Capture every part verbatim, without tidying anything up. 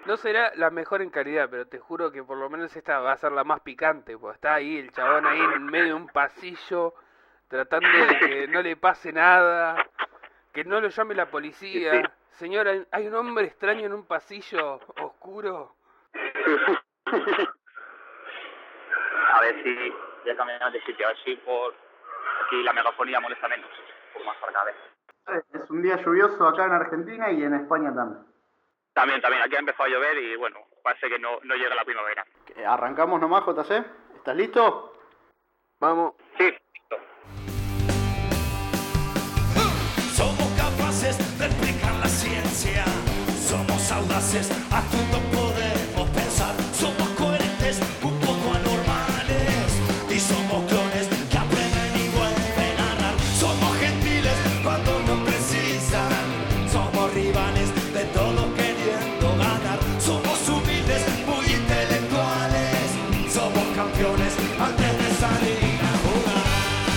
No será la mejor en calidad, pero te juro que por lo menos esta va a ser la más picante, porque está ahí el chabón ahí en medio de un pasillo, tratando de que no le pase nada, que no lo llame la Sí, sí. policía. Señora, hay un hombre extraño en un pasillo oscuro. A ver si ya cambiamos de sitio, a ver si por aquí la megafonía molesta menos. Un poco más para acá, a ver. Es un día lluvioso acá en Argentina y en España también. También, también, aquí ha empezado a llover y bueno, parece que no, no llega la primavera. ¿Arrancamos nomás, J C? ¿Estás listo? Vamos. Sí, listo. Somos capaces de explicar la ciencia, somos audaces, a todo podemos pensar, somos coherentes, un poco anormales, y somos clones que aprenden y vuelven a narrar, somos gentiles cuando no precisan, somos rivales de todos queriendo ganar, somos humildes, muy intelectuales, somos campeones antes de salir a jugar.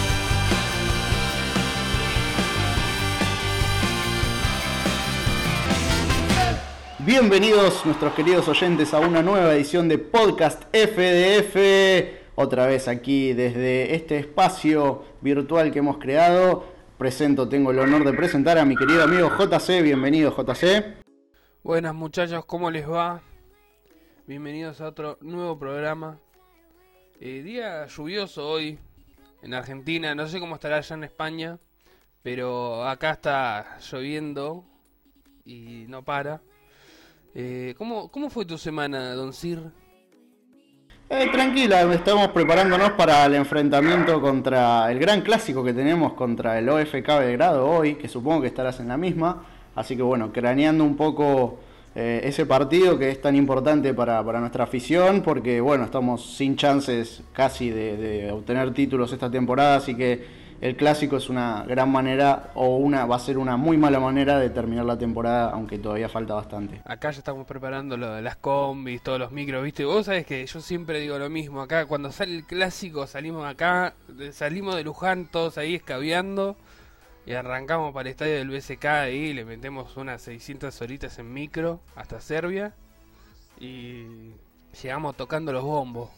Bienvenidos nuestros queridos oyentes a una nueva edición de Podcast F D F. Otra vez aquí desde este espacio virtual que hemos creado. Presento, tengo el honor de presentar a mi querido amigo J C. Bienvenido, J C. Buenas muchachos, ¿cómo les va? Bienvenidos a otro nuevo programa. Eh, día lluvioso hoy en Argentina, no sé cómo estará allá en España, pero acá está lloviendo y no para. Eh, ¿cómo, ¿Cómo fue tu semana, Don Sir? Eh, tranquila, estamos preparándonos para el enfrentamiento contra el gran clásico que tenemos contra el O F K Belgrado hoy, que supongo que estarás en la misma. Así que bueno, craneando un poco eh, ese partido que es tan importante para, para nuestra afición, porque bueno, estamos sin chances casi de, de obtener títulos esta temporada, así que el clásico es una gran manera, o una va a ser una muy mala manera de terminar la temporada, aunque todavía falta bastante. Acá ya estamos preparando lo de las combis, todos los micros, ¿viste? Vos sabés que yo siempre digo lo mismo. Acá cuando sale el clásico salimos acá, salimos de Luján todos ahí escabeando y arrancamos para el estadio del B S K y le metemos unas seiscientas horitas en micro hasta Serbia y llegamos tocando los bombos.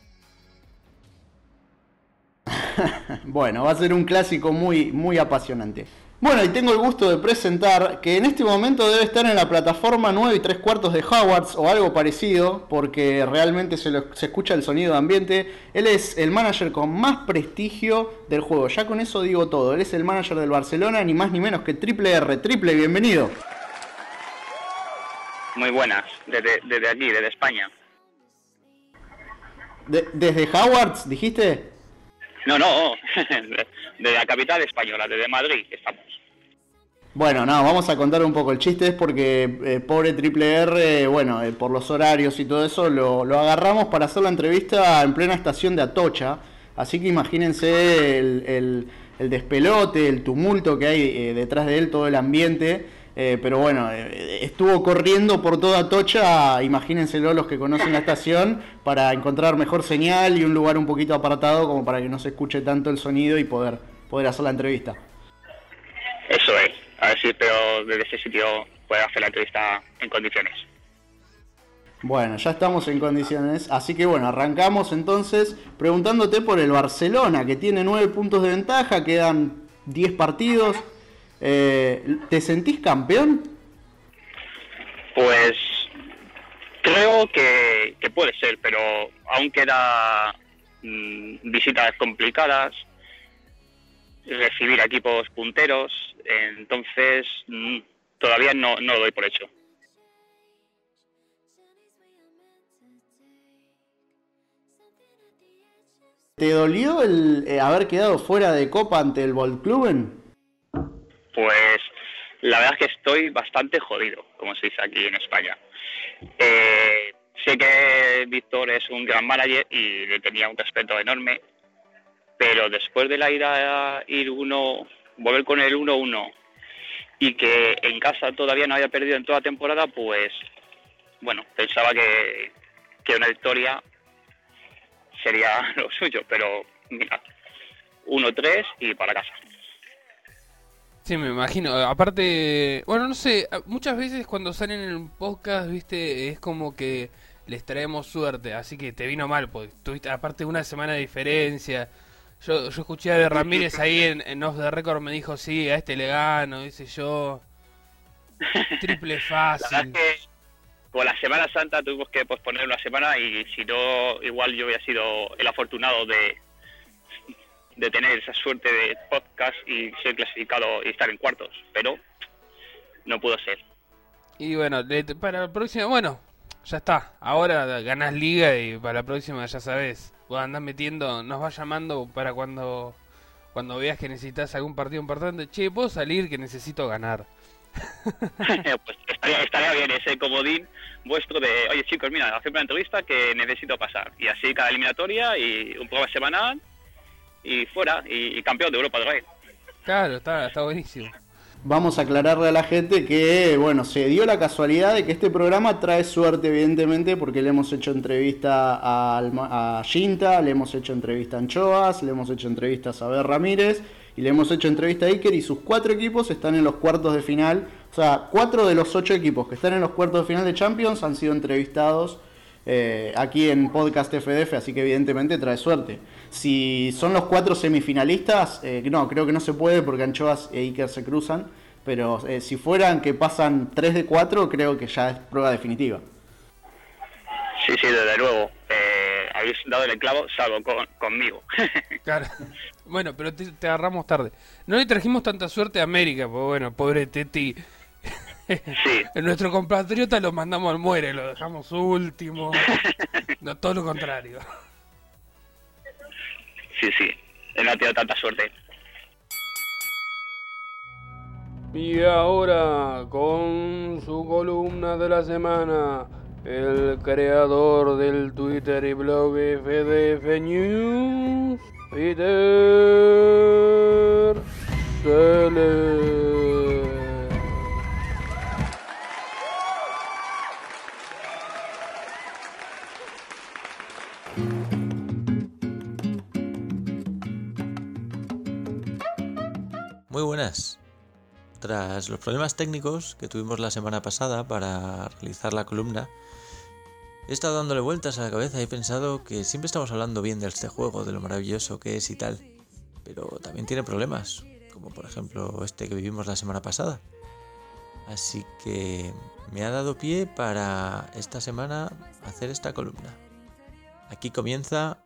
Bueno, va a ser un clásico muy, muy apasionante. Bueno, y tengo el gusto de presentar que en este momento debe estar en la plataforma nueve y tres cuartos de Hogwarts o algo parecido, porque realmente se, lo, se escucha el sonido de ambiente. Él es el manager con más prestigio del juego, ya con eso digo todo. Él es el manager del Barcelona, ni más ni menos que Triple R. Triple, bienvenido. Muy buenas, desde, desde aquí, desde España. De, ¿Desde Hogwarts, dijiste? No, no, de la capital española, desde Madrid estamos. Bueno, no, vamos a contar un poco. El chiste es porque eh, pobre Triple R, bueno, eh, por los horarios y todo eso, lo, lo agarramos para hacer la entrevista en plena estación de Atocha. Así que imagínense el, el, el despelote, el tumulto que hay eh, detrás de él, todo el ambiente. Eh, pero bueno, eh, estuvo corriendo por toda Atocha, imagínenselo los que conocen la estación, para encontrar mejor señal y un lugar un poquito apartado como para que no se escuche tanto el sonido y poder, poder hacer la entrevista. Eso es, a ver si pero desde ese sitio puede hacer la entrevista en condiciones. Bueno, ya estamos en condiciones, así que bueno, arrancamos entonces preguntándote por el Barcelona, que tiene nueve puntos de ventaja, quedan diez partidos. Eh, ¿Te sentís campeón? Pues creo que, que puede ser, pero aún queda mmm, visitas complicadas, recibir equipos punteros, entonces mmm, todavía no, no lo doy por hecho. ¿Te dolió el eh, haber quedado fuera de Copa ante el Boldklubben? Pues la verdad es que estoy bastante jodido, como se dice aquí en España. Eh, sé que Víctor es un gran manager y le tenía un respeto enorme, pero después de la ida a ir uno, volver con el uno uno y que en casa todavía no había perdido en toda la temporada, pues bueno, pensaba que, que una victoria sería lo suyo, pero mira, uno tres y para casa. Sí, me imagino. Aparte, bueno, no sé, muchas veces cuando salen en un podcast, viste, es como que les traemos suerte, así que te vino mal, porque tuviste aparte una semana de diferencia. Yo, yo escuché a de Ramírez ahí en, en Off the Record, me dijo, sí, a este le gano, dice yo, triple La verdad fácil. es que con la Semana Santa tuvimos que posponer una semana y si no, igual yo hubiera sido el afortunado de, de tener esa suerte de podcast y ser clasificado y estar en cuartos, pero no pudo ser. Y bueno, le- para la próxima, bueno, ya está. Ahora ganás liga y para la próxima ya sabes. Vos andás metiendo, nos vas llamando para cuando cuando veas que necesitas algún partido importante. Che, ¿puedo salir que necesito ganar? Pues estaría, estaría bien ese comodín vuestro de, oye chicos, mira, hacedme una entrevista que necesito pasar. Y así cada eliminatoria y un programa semanal y fuera, y, y campeón de Europa otra vez. Claro, está, está buenísimo. Vamos a aclararle a la gente que, bueno, se dio la casualidad de que este programa trae suerte, evidentemente, porque le hemos hecho entrevista a, Alma- a Ginta, le hemos hecho entrevista a Anchoas, le hemos hecho entrevistas a Ber Ramírez y le hemos hecho entrevista a Iker, y sus cuatro equipos están en los cuartos de final. O sea, cuatro de los ocho equipos que están en los cuartos de final de Champions han sido entrevistados eh, aquí en Podcast F D F, así que evidentemente trae suerte. Si son los cuatro semifinalistas, eh, no, creo que no se puede porque Anchoas e Iker se cruzan, pero eh, si fueran que pasan tres de cuatro, creo que ya es prueba definitiva. Sí, sí, desde luego. Eh, habéis dado el clavo, salvo con, conmigo. Claro. Bueno, pero te, te agarramos tarde. No le trajimos tanta suerte a América, pues bueno, pobre Teti. Sí. En nuestro compatriota lo mandamos al muere, lo dejamos último. No, todo lo contrario. Sí, sí. Él no ha tenido tanta suerte. Y ahora, con su columna de la semana, el creador del Twitter y blog F D F News, Peter Sellers. Muy buenas. Tras los problemas técnicos que tuvimos la semana pasada para realizar la columna, he estado dándole vueltas a la cabeza y he pensado que siempre estamos hablando bien de este juego, de lo maravilloso que es y tal, pero también tiene problemas, como por ejemplo este que vivimos la semana pasada. Así que me ha dado pie para esta semana hacer esta columna. Aquí comienza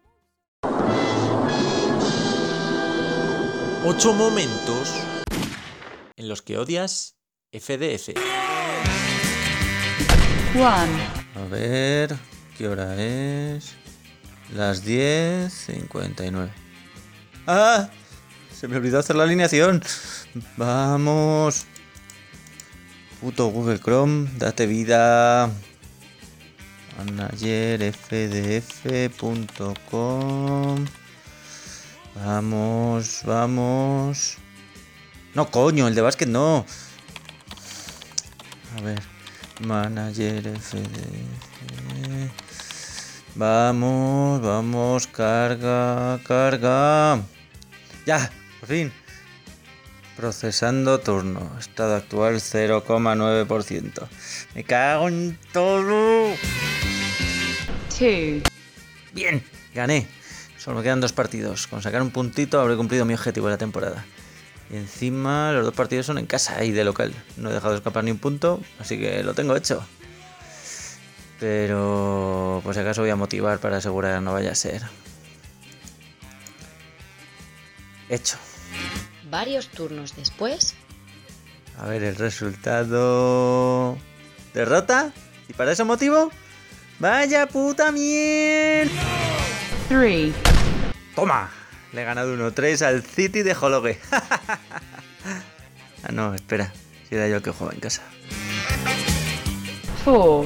ocho momentos en los que odias F D F. Juan. A ver, ¿qué hora es? Las diez cincuenta y nueve. ¡Ah! Se me olvidó hacer la alineación. Vamos. Puto Google Chrome, date vida. manager f d f punto com. Vamos, vamos. No, coño, el de básquet no. A ver. Manager F D F. Vamos, vamos, carga, carga. Ya, por fin. Procesando turno. Estado actual cero coma nueve por ciento. Me cago en todo. Two. Bien, gané. Solo me quedan dos partidos. Con sacar un puntito habré cumplido mi objetivo de la temporada. Y encima los dos partidos son en casa y de local. No he dejado de escapar ni un punto, así que lo tengo hecho. Pero por si acaso voy a motivar para asegurar no vaya a ser. Hecho. Varios turnos después. A ver el resultado. ¿Derrota? ¿Y para ese motivo? ¡Vaya puta mierda! Three. ¡Toma! Le he ganado uno tres al City de Hologue. Ah, no, espera. Si era yo el que jugaba en casa. Four.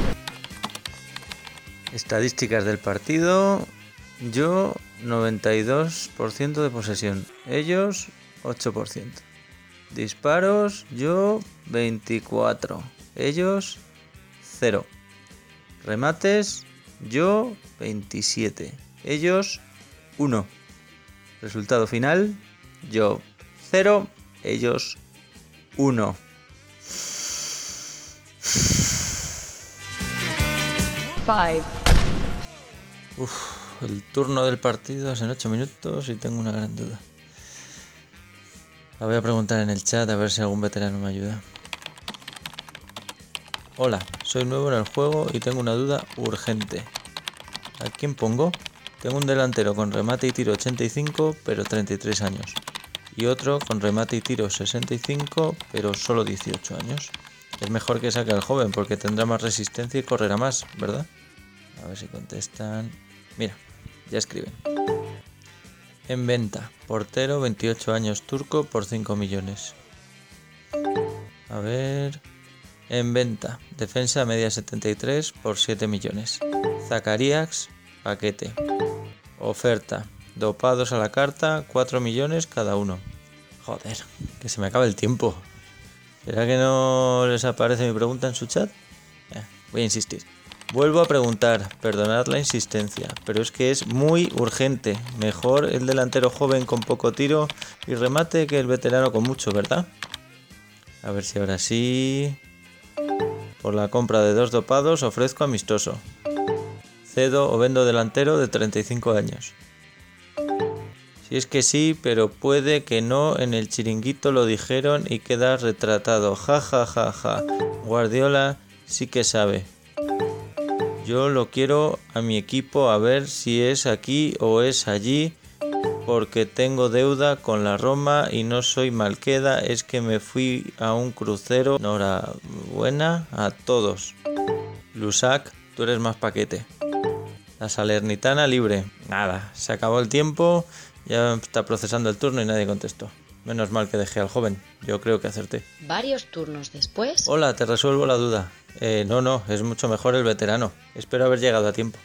Estadísticas del partido. Yo, noventa y dos por ciento de posesión. Ellos, ocho por ciento. Disparos, yo, veinticuatro. Ellos, cero. Remates, yo, veintisiete. Ellos, uno. Resultado final, yo, cero. Ellos uno. Five. Uf, el turno del partido es en ocho minutos y tengo una gran duda. La voy a preguntar en el chat a ver si algún veterano me ayuda. Hola, soy nuevo en el juego y tengo una duda urgente. ¿A quién pongo? Tengo un delantero con remate y tiro ochenta y cinco, pero treinta y tres años. Y otro con remate y tiro sesenta y cinco, pero solo dieciocho años. Es mejor que saque al joven porque tendrá más resistencia y correrá más, ¿verdad? A ver si contestan. Mira, ya escriben. En venta, portero, veintiocho años, turco, por cinco millones. A ver... En venta, defensa media setenta y tres por siete millones. Zacarias, paquete. Oferta, dopados a la carta, cuatro millones cada uno. Joder, que se me acaba el tiempo. ¿Será que no les aparece mi pregunta en su chat? Eh, voy a insistir. Vuelvo a preguntar, perdonad la insistencia, pero es que es muy urgente. Mejor el delantero joven con poco tiro y remate que el veterano con mucho, ¿verdad? A ver si ahora sí... Por la compra de dos dopados ofrezco amistoso. Cedo o vendo delantero de treinta y cinco años. Si es que sí, pero puede que no, en el chiringuito lo dijeron y queda retratado. Ja, ja, ja, ja. Guardiola sí que sabe. Yo lo quiero a mi equipo a ver si es aquí o es allí, porque tengo deuda con la Roma y no soy malqueda, es que me fui a un crucero. Enhorabuena a todos. Lusac, tú eres más paquete. La Salernitana libre. Nada, se acabó el tiempo, ya está procesando el turno y nadie contestó. Menos mal que dejé al joven, yo creo que acerté. Varios turnos después. Hola, te resuelvo la duda. Eh, no, no, es mucho mejor el veterano. Espero haber llegado a tiempo.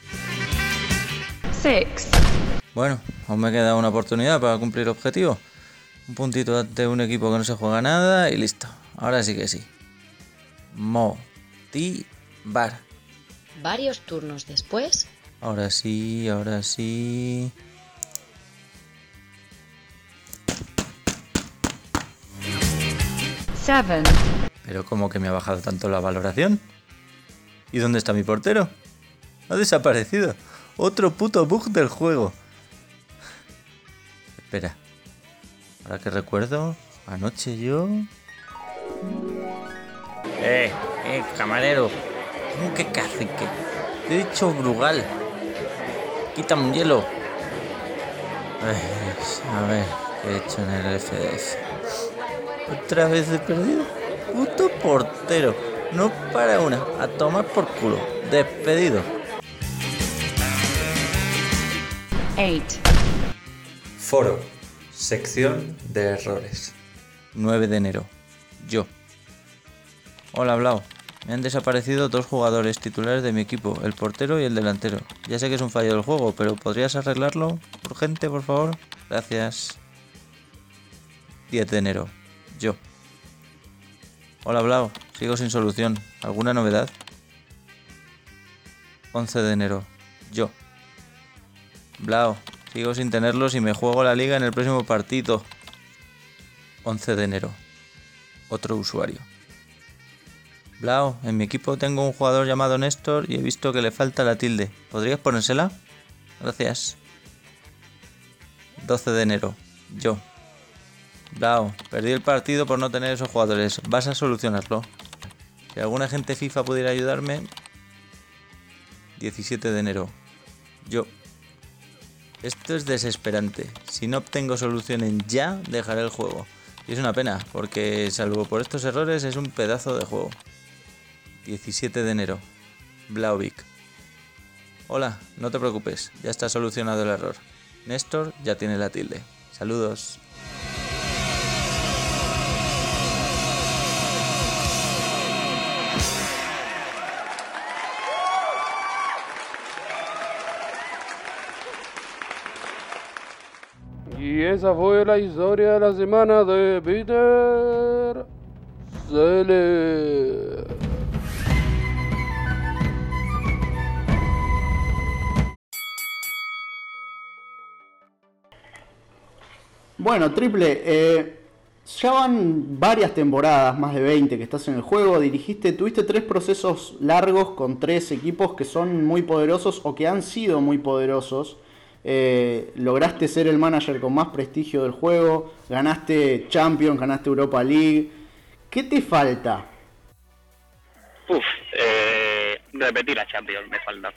Six. Bueno, aún me queda una oportunidad para cumplir objetivo. Un puntito ante un equipo que no se juega nada y listo. Ahora sí que sí. Motivar. Varios turnos después. Ahora sí, ahora sí. Seven. Pero ¿cómo que me ha bajado tanto la valoración? ¿Y dónde está mi portero? Ha desaparecido. Otro puto bug del juego. Espera. Ahora que recuerdo, anoche yo... Eh, eh, camarero. ¿Cómo que cacique? Te he dicho Brugal. Quítame un hielo. Ay, a ver, ¿qué he hecho en el F D F? Otra vez he perdido. Puto portero. No para una. A tomar por culo. Despedido. Eight. Foro. Sección de errores. nueve de enero. Yo. Hola, Blau. Me han desaparecido dos jugadores titulares de mi equipo, el portero y el delantero. Ya sé que es un fallo del juego, pero ¿podrías arreglarlo? Urgente, por favor. Gracias. diez de enero. Yo. Hola, Blau. Sigo sin solución. ¿Alguna novedad? once de enero. Yo. Blau. Sigo sin tenerlos y me juego la liga en el próximo partido. once de enero. Otro usuario. Blau, en mi equipo tengo un jugador llamado Néstor y he visto que le falta la tilde. ¿Podrías ponérsela? Gracias. doce de enero. Yo. Blau, perdí el partido por no tener esos jugadores. ¿Vas a solucionarlo? Si alguna agente FIFA pudiera ayudarme... diecisiete de enero. Yo. Esto es desesperante. Si no obtengo solución en ya, dejaré el juego. Y es una pena, porque salvo por estos errores es un pedazo de juego. diecisiete de enero. Blauvik. Hola, no te preocupes, ya está solucionado el error. Néstor ya tiene la tilde. Saludos. Y esa fue la historia de la semana de Peter Sellers. Bueno, Triple, eh, Ya van varias temporadas, más de veinte que estás en el juego, dirigiste, tuviste tres procesos largos con tres equipos que son muy poderosos o que han sido muy poderosos. Eh, lograste ser el manager con más prestigio del juego, ganaste Champions, ganaste Europa League. ¿Qué te falta? Uf, eh, repetir la Champions me falta.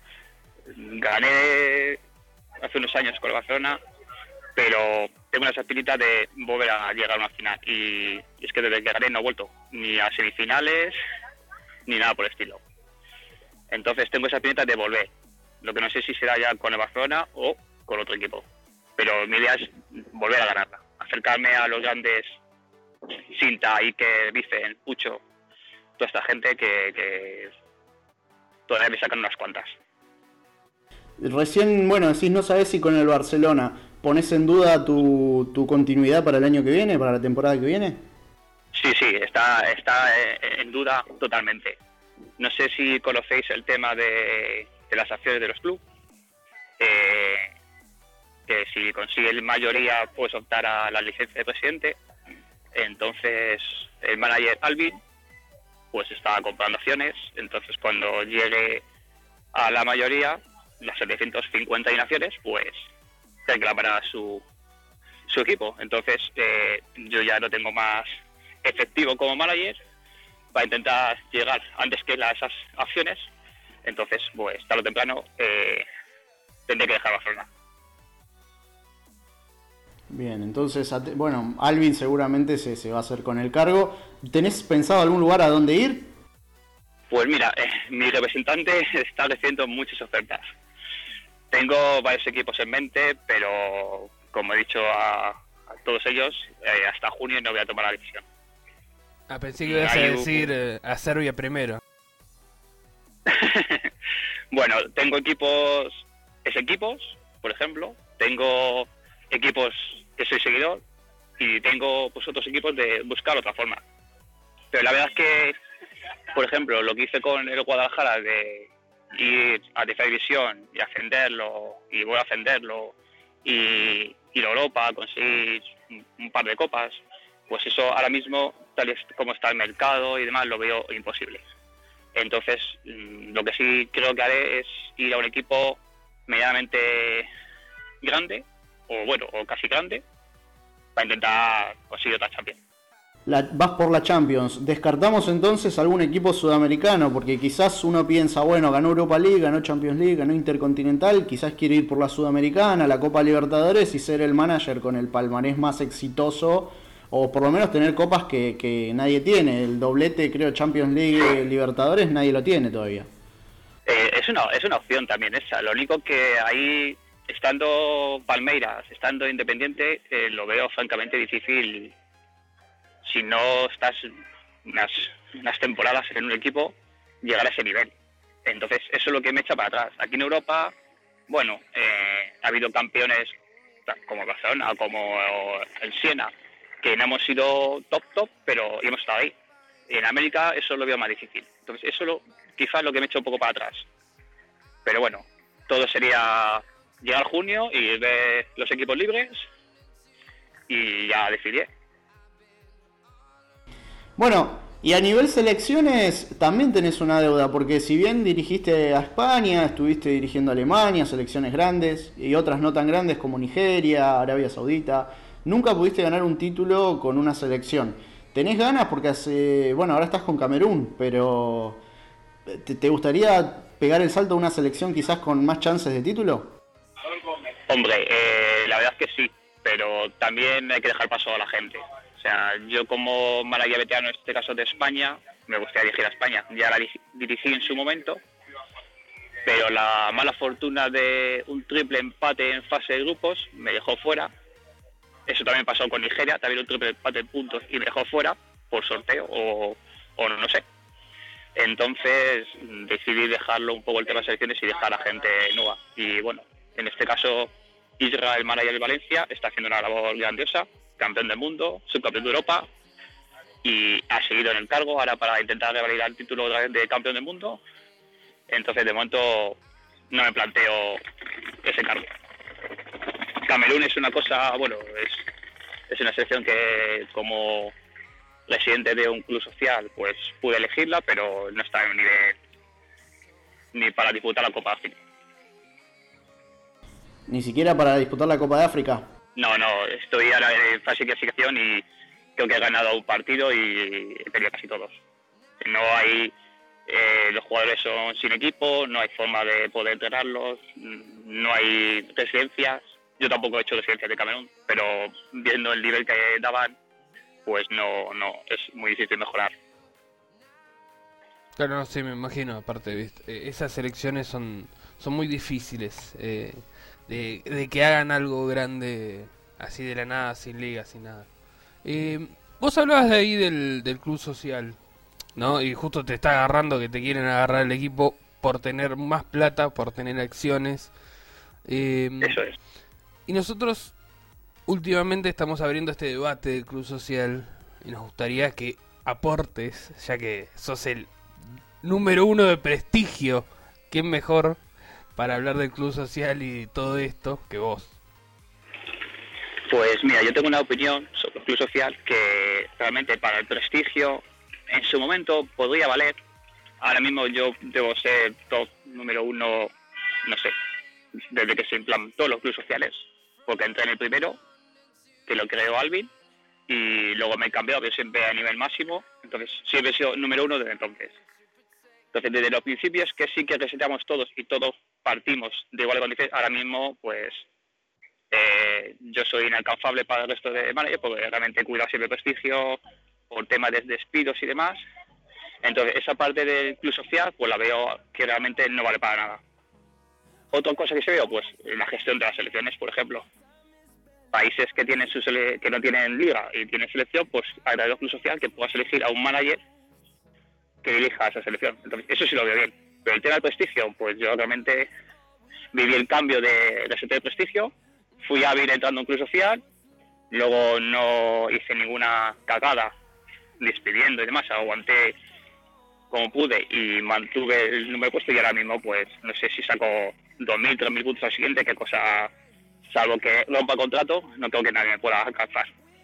Gané hace unos años con el Barcelona, pero tengo una espinita de volver a llegar a una final. Y es que desde que gané no he vuelto ni a semifinales ni nada por el estilo. Entonces tengo esa espinita de volver. Lo que no sé si será ya con el Barcelona o con otro equipo. Pero mi idea es volver a ganarla. Acercarme a los grandes Sinta, Iker, Vicen, Pucho, toda esta gente que, que todavía me sacan unas cuantas. Recién, bueno, decís, no sabés si con el Barcelona pones en duda tu, tu continuidad para el año que viene, para la temporada que viene. Sí, sí, está, está en duda totalmente. No sé si conocéis el tema de, de las acciones de los clubes, eh, que si consigues mayoría puedes optar a la licencia de presidente. Entonces el manager Alvin pues está comprando acciones, entonces cuando llegue a la mayoría, las setecientas cincuenta acciones, pues reclamará su, su equipo. Entonces eh, yo ya no tengo más efectivo como manager para intentar llegar antes que las esas acciones. Entonces, pues tarde o temprano eh, tendré que dejar Barcelona. Bien, entonces, bueno, Alvin seguramente se, se va a hacer con el cargo. ¿Tenés pensado algún lugar a dónde ir? Pues mira, eh, mi representante está recibiendo muchas ofertas. Tengo varios equipos en mente, pero como he dicho a, a todos ellos, eh, hasta junio no voy a tomar la decisión. Ah, pensé que ibas a decir eh, a Serbia primero. Bueno, tengo equipos, es equipos, por ejemplo, tengo equipos que soy seguidor y tengo pues otros equipos de buscar otra forma. Pero la verdad es que, por ejemplo, lo que hice con el Guadalajara de ir a tercera división y ascenderlo y voy a ascenderlo y ir a Europa, conseguir un, un par de copas, pues eso ahora mismo, tal y como está el mercado y demás, lo veo imposible. Entonces, lo que sí creo que haré es ir a un equipo medianamente grande, o bueno, o casi grande, para intentar conseguir otra Champions. La, vas por la Champions. ¿Descartamos entonces algún equipo sudamericano? Porque quizás uno piensa, bueno, ganó Europa League, ganó Champions League, ganó Intercontinental, quizás quiere ir por la Sudamericana, la Copa Libertadores y ser el manager con el palmarés más exitoso, o por lo menos tener copas que, que nadie tiene. El doblete, creo, Champions League, Libertadores, nadie lo tiene todavía. Eh, es una es una opción también esa. Lo único que ahí, estando Palmeiras, estando Independiente, eh, lo veo francamente difícil si no estás unas, unas temporadas en un equipo, llegar a ese nivel. Entonces, eso es lo que me echa para atrás. Aquí en Europa, bueno, eh, ha habido campeones como Barcelona, como el Siena, que no hemos sido top top, pero hemos estado ahí. En América eso lo veo más difícil. Entonces, eso lo, quizás lo que me echa un poco para atrás. Pero bueno, todo sería llegar junio y ver los equipos libres y ya decidiré. Bueno, y a nivel selecciones también tenés una deuda, porque si bien dirigiste a España, estuviste dirigiendo a Alemania, selecciones grandes, y otras no tan grandes como Nigeria, Arabia Saudita, nunca pudiste ganar un título con una selección. ¿Tenés ganas? Porque hace, bueno, ahora estás con Camerún, pero ¿te, te gustaría pegar el salto a una selección quizás con más chances de título? Hombre, eh, la verdad es que sí, pero también hay que dejar paso a la gente. O sea, yo como manager veterano, en este caso de España, me gustaría dirigir a España. Ya la dirigí en su momento, pero la mala fortuna de un triple empate en fase de grupos me dejó fuera. Eso también pasó con Nigeria, también un triple empate en puntos y me dejó fuera por sorteo o, o no, no sé. Entonces decidí dejarlo un poco el tema de selecciones y dejar a gente nueva. Y bueno, en este caso Isra, el manager de Valencia, está haciendo una labor grandiosa, campeón del mundo, subcampeón de Europa y ha seguido en el cargo ahora para intentar revalidar el título de campeón del mundo. Entonces de momento no me planteo ese cargo. Camerún es una cosa, bueno, es es una selección que como residente de un club social pues pude elegirla, pero no está en un nivel ni para disputar la Copa de África. ¿Ni siquiera para disputar la Copa de África? No, no, estoy ahora en fase de clasificación y creo que he ganado un partido y he perdido casi todos. No hay, eh, los jugadores son sin equipo, no hay forma de poder entrenarlos, no hay residencias. Yo tampoco he hecho residencias de Camerún, pero viendo el nivel que daban, pues no, no, es muy difícil mejorar. Claro, no, sí, me imagino, aparte, ¿viste? Esas selecciones son, son muy difíciles, eh, de, de que hagan algo grande así de la nada, sin liga, sin nada. Eh, vos hablabas de ahí del, del club social, ¿no? Y justo te está agarrando que te quieren agarrar el equipo por tener más plata, por tener acciones. Eh, Eso es. Y nosotros últimamente estamos abriendo este debate del club social y nos gustaría que aportes, ya que sos el número uno de prestigio, ¿quién mejor para hablar del club social y todo esto que vos? Pues mira, yo tengo una opinión sobre el club social que realmente para el prestigio en su momento podría valer. Ahora mismo yo debo ser top número uno, no sé, desde que se implantó los clubes sociales, porque entré en el primero, que lo creó Alvin, y luego me he cambiado, pero siempre a nivel máximo, entonces siempre he sido número uno desde entonces. Entonces, desde los principios que sí que resetamos todos y todos partimos de igual condición, ahora mismo, pues, eh, yo soy inalcanzable para el resto de managers, porque realmente he cuidado siempre el prestigio, por temas de despidos y demás. Entonces, esa parte del club social, pues la veo que realmente no vale para nada. Otra cosa que se veo, pues, la gestión de las selecciones, por ejemplo. Países que tienen su sele- que no tienen liga y tienen selección, pues, a través del club social, que puedas elegir a un manager que dirija a esa selección. Entonces, eso sí lo veo bien. Pero el tema del prestigio, pues yo realmente viví el cambio de reseteo de prestigio, fui a ir entrando en un club social, luego no hice ninguna cagada despidiendo y demás, aguanté como pude y mantuve el número puesto y ahora mismo, pues, no sé si saco dos mil, tres mil puntos al siguiente, qué cosa, salvo que rompa contrato, no creo que nadie me pueda alcanzar.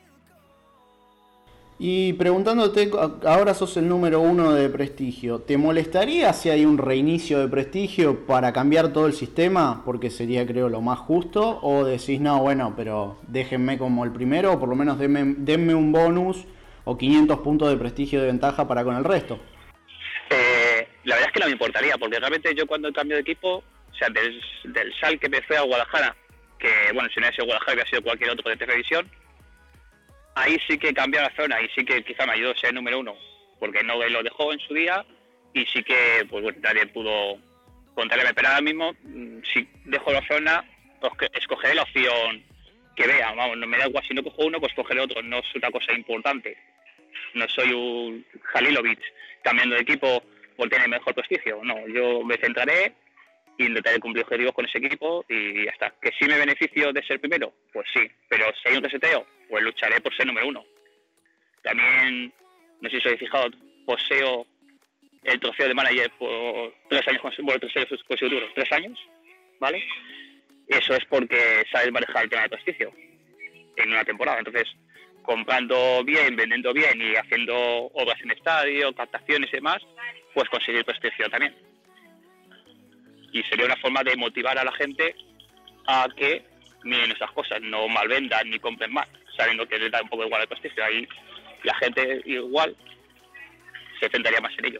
Y preguntándote, ahora sos el número uno de prestigio, ¿te molestaría si hay un reinicio de prestigio para cambiar todo el sistema? Porque sería, creo, lo más justo. ¿O decís, no, bueno, pero déjenme como el primero, o por lo menos denme, denme un bonus o quinientos puntos de prestigio de ventaja para con el resto? Eh, la verdad es que no me importaría, porque realmente yo cuando cambio de equipo, o sea, del, del S A L que me fue a Guadalajara, que bueno, si no hubiera sido Guadalajara hubiera sido cualquier otro de televisión, ahí sí que cambió la zona y sí que quizá me ayudó a ser número uno, porque no lo dejó en su día y sí que, pues bueno, nadie pudo contarle. Pero ahora mismo, si dejo la zona, pues escogeré la opción que vea, vamos, no me da igual, si no cojo uno, pues cogeré otro, no es una cosa importante. No soy un Halilovic cambiando de equipo por tener mejor prestigio, no, yo me centraré e intentaré cumplir objetivos con ese equipo y ya está. ¿Que sí me beneficio de ser primero? Pues sí, pero si hay un reseteo, pues lucharé por ser número uno. También, no sé si os habéis fijado, poseo el trofeo de manager por tres años, bueno, tres años consecutivos, tres años, ¿vale? Eso es porque sabes manejar el tema de prestigio en una temporada. Entonces, comprando bien, vendiendo bien y haciendo obras en estadio, captaciones y demás, pues conseguir prestigio también. Y sería una forma de motivar a la gente a que miren esas cosas, no malvendan ni compren más, sabiendo que les da un poco igual el prestigio. Ahí la gente igual se centraría más en ello.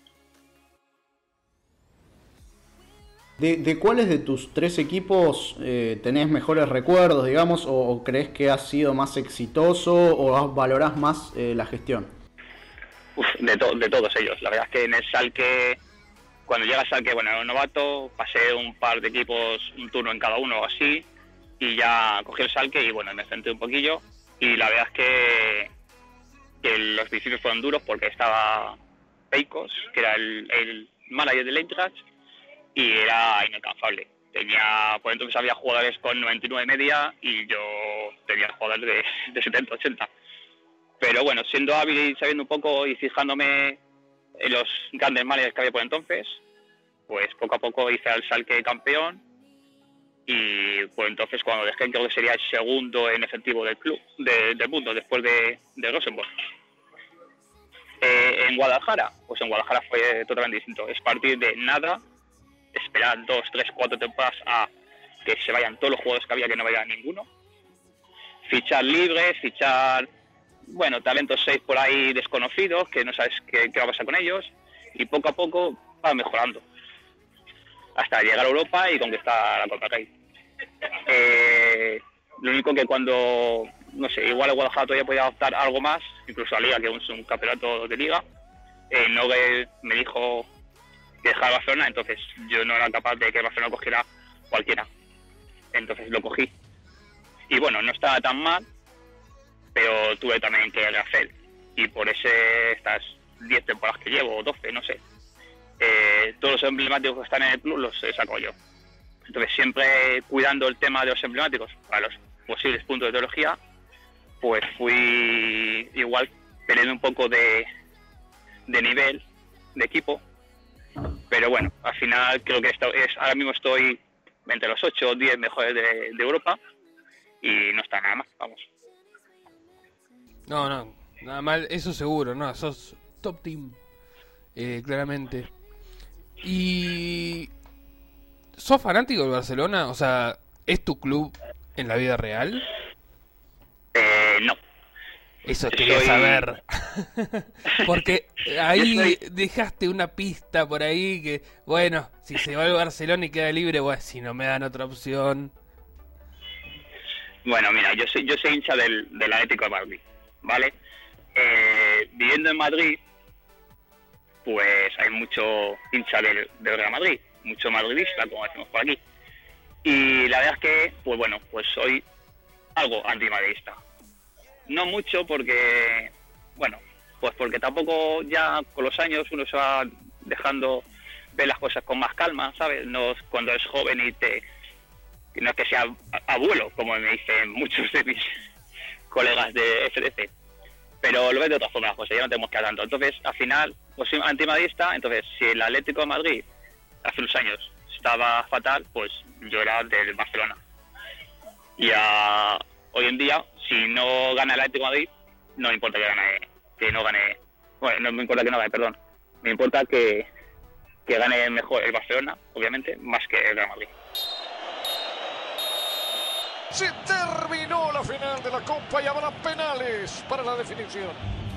¿De, de cuáles de tus tres equipos eh, tenés mejores recuerdos, digamos, o, o crees que has sido más exitoso o valorás más eh, la gestión? Uf, de, to- de todos ellos. La verdad es que en el Salque, cuando llega el Salque, bueno, era un novato, pasé un par de equipos, un turno en cada uno o así, y ya cogí el Salque y bueno, me centré un poquillo. Y la verdad es que, que los principios fueron duros porque estaba Peicos, que era el, el manager del Eintracht, y era inalcanzable. Tenía, por entonces había jugadores con noventa y nueve media y yo tenía jugadores de, de setenta, ochenta. Pero bueno, siendo hábil y sabiendo un poco y fijándome en los grandes managers que había por entonces, pues poco a poco hice al Salque campeón y pues entonces cuando dejé creo que sería el segundo en efectivo del club, de, del mundo, después de, de Rosenborg. Eh, en Guadalajara, pues en Guadalajara fue totalmente distinto. Es partir de nada, esperar dos, tres, cuatro temporadas a que se vayan todos los jugadores que había, que no vaya ninguno. Fichar libres, fichar, bueno, talentos seis por ahí desconocidos, que no sabes qué, qué va a pasar con ellos, y poco a poco va mejorando. Hasta llegar a Europa y conquistar la Copa Rey. Eh, lo único que cuando, no sé, igual el Guadalajara todavía podía adoptar algo más, incluso a Liga, que es un campeonato de Liga, eh, Nogue me dijo que dejara Barcelona, entonces yo no era capaz de que Barcelona cogiera cualquiera. Entonces lo cogí. Y bueno, no estaba tan mal, pero tuve también que rehacer. Y por ese, estas diez temporadas que llevo, o doce, no sé, eh, todos los emblemáticos que están en el club los saco yo. Entonces siempre cuidando el tema de los emblemáticos para los posibles puntos de teología, pues fui igual perdiendo un poco de, de nivel de equipo, pero bueno, al final creo que esto es, ahora mismo estoy entre los ocho o diez mejores de, de Europa y no está nada más, vamos. No, no, nada mal, eso seguro, no, sos top team, eh, claramente. Y... ¿sos fanático del Barcelona? O sea, ¿es tu club en la vida real? Eh, no. Eso quería Soy... saber. Porque ahí soy... dejaste una pista por ahí que, bueno, si se va al Barcelona y queda libre, bueno, si no me dan otra opción. Bueno, mira, yo soy yo soy hincha del, del Atlético de Madrid, ¿vale? Eh, viviendo en Madrid, pues hay mucho hincha del, del Real Madrid, mucho madridista, como decimos por aquí. Y la verdad es que, pues bueno, pues soy algo antimadridista. No mucho porque, bueno, pues porque tampoco ya con los años uno se va dejando ver las cosas con más calma, ¿sabes? No cuando eres joven y te... no es que sea abuelo, como me dicen muchos de mis colegas de F D C, pero lo ves de otra forma las cosas, ya no tenemos que hablar tanto. Entonces, al final, pues soy antimadridista, entonces si el Atlético de Madrid hace unos años estaba fatal, pues yo era del Barcelona. Y a, hoy en día, si no gana el Atlético de Madrid, no me importa que gane, que no gane, bueno, no me importa que no gane, perdón, me importa que, que gane mejor el Barcelona, obviamente, más que el Real Madrid. Se terminó la final de la Copa y habrá penales para la definición.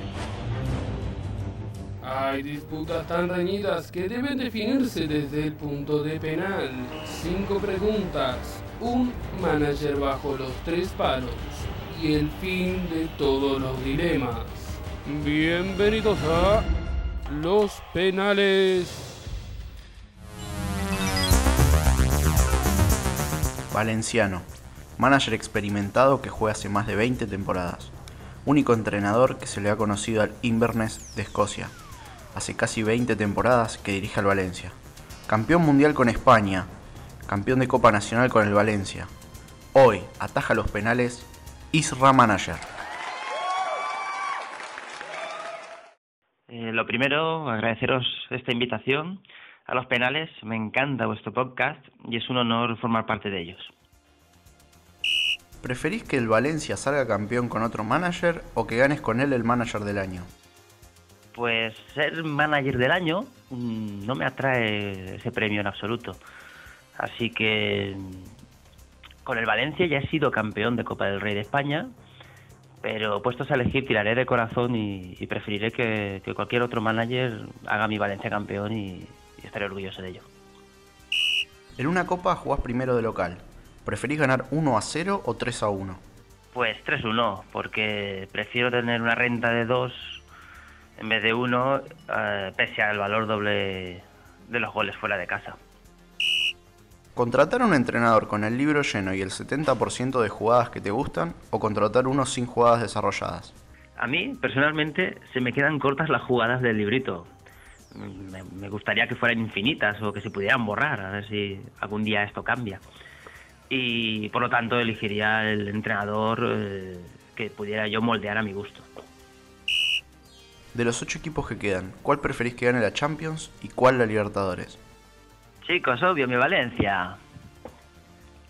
Hay disputas tan reñidas que deben definirse desde el punto de penal. Cinco preguntas, un manager bajo los tres palos y el fin de todos los dilemas. Bienvenidos a los penales. Valenciano, manager experimentado que juega hace más de veinte temporadas. Único entrenador que se le ha conocido al Inverness de Escocia. Hace casi veinte temporadas que dirige al Valencia. Campeón mundial con España. Campeón de Copa Nacional con el Valencia. Hoy ataja los penales Isra Manager. Eh, lo primero, agradeceros esta invitación a los penales. Me encanta vuestro podcast y es un honor formar parte de ellos. ¿Preferís que el Valencia salga campeón con otro manager o que ganes con él el manager del año? Pues ser manager del año mmm, no me atrae ese premio en absoluto. Así que con el Valencia ya he sido campeón de Copa del Rey de España, pero puestos a elegir tiraré de corazón y, y preferiré que, que cualquier otro manager haga mi Valencia campeón y, y estaré orgulloso de ello. En una copa jugás primero de local. ¿Preferís ganar uno a cero o tres a uno? Pues tres uno, porque prefiero tener una renta de dos en vez de uno, eh, pese al valor doble de los goles fuera de casa. ¿Contratar a un entrenador con el libro lleno y el setenta por ciento de jugadas que te gustan o contratar uno sin jugadas desarrolladas? A mí, personalmente, se me quedan cortas las jugadas del librito. Me, me gustaría que fueran infinitas o que se pudieran borrar, a ver si algún día esto cambia. Y por lo tanto elegiría el entrenador eh, que pudiera yo moldear a mi gusto. De los ocho equipos que quedan, ¿cuál preferís que gane la Champions y cuál la Libertadores? Chicos, obvio, mi Valencia.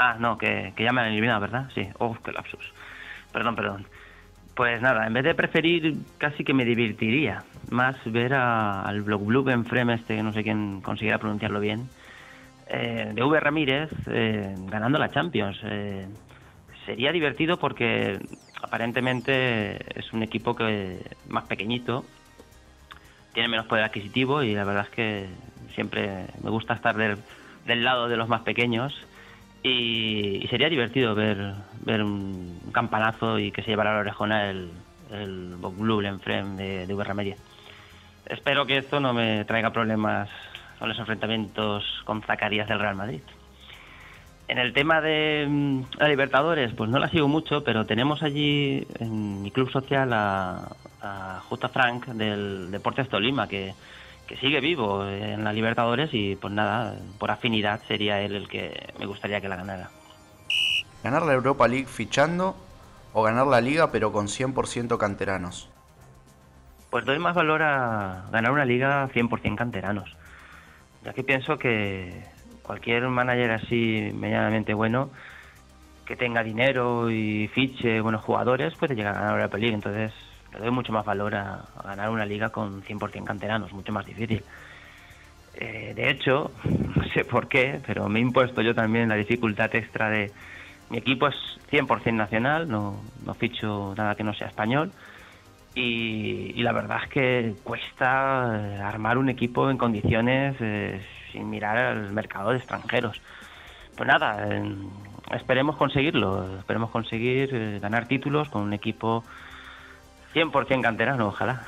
Ah, no, que, que ya me han eliminado, ¿verdad? Sí. Oh, qué lapsus. Perdón, perdón. Pues nada, en vez de preferir, casi que me divertiría más ver a, al Blog Blue en Frame este, que no sé quién consiguiera pronunciarlo bien, eh, de V. Ramírez eh, ganando la Champions. Eh, sería divertido porque aparentemente es un equipo que más pequeñito, tiene menos poder adquisitivo y la verdad es que siempre me gusta estar del, del lado de los más pequeños. Y, y sería divertido ver ver un campanazo y que se llevara a la orejona el, el Blue en frame de, de V. Ramírez. Espero que esto no me traiga problemas con los enfrentamientos con Zacarías del Real Madrid. En el tema de mm, la Libertadores, pues no la sigo mucho, pero tenemos allí en mi club social a, a Justa Frank del Deportes Tolima, que que sigue vivo en la Libertadores y pues nada, por afinidad sería él el que me gustaría que la ganara. ¿Ganar la Europa League fichando o ganar la Liga pero con cien por ciento canteranos? Pues doy más valor a ganar una Liga cien por ciento canteranos, ya que pienso que cualquier manager así medianamente bueno, que tenga dinero y fiche buenos jugadores, puede llegar a ganar la Europa League. Entonces le doy mucho más valor a, a ganar una liga con cien por ciento canteranos, mucho más difícil. Eh, de hecho, no sé por qué, pero me he impuesto yo también la dificultad extra de... Mi equipo es cien por ciento nacional, no, no ficho nada que no sea español, y, y la verdad es que cuesta armar un equipo en condiciones eh, sin mirar al mercado de extranjeros. Pues nada, eh, esperemos conseguirlo, esperemos conseguir eh, ganar títulos con un equipo cien por ciento canterano, ojalá.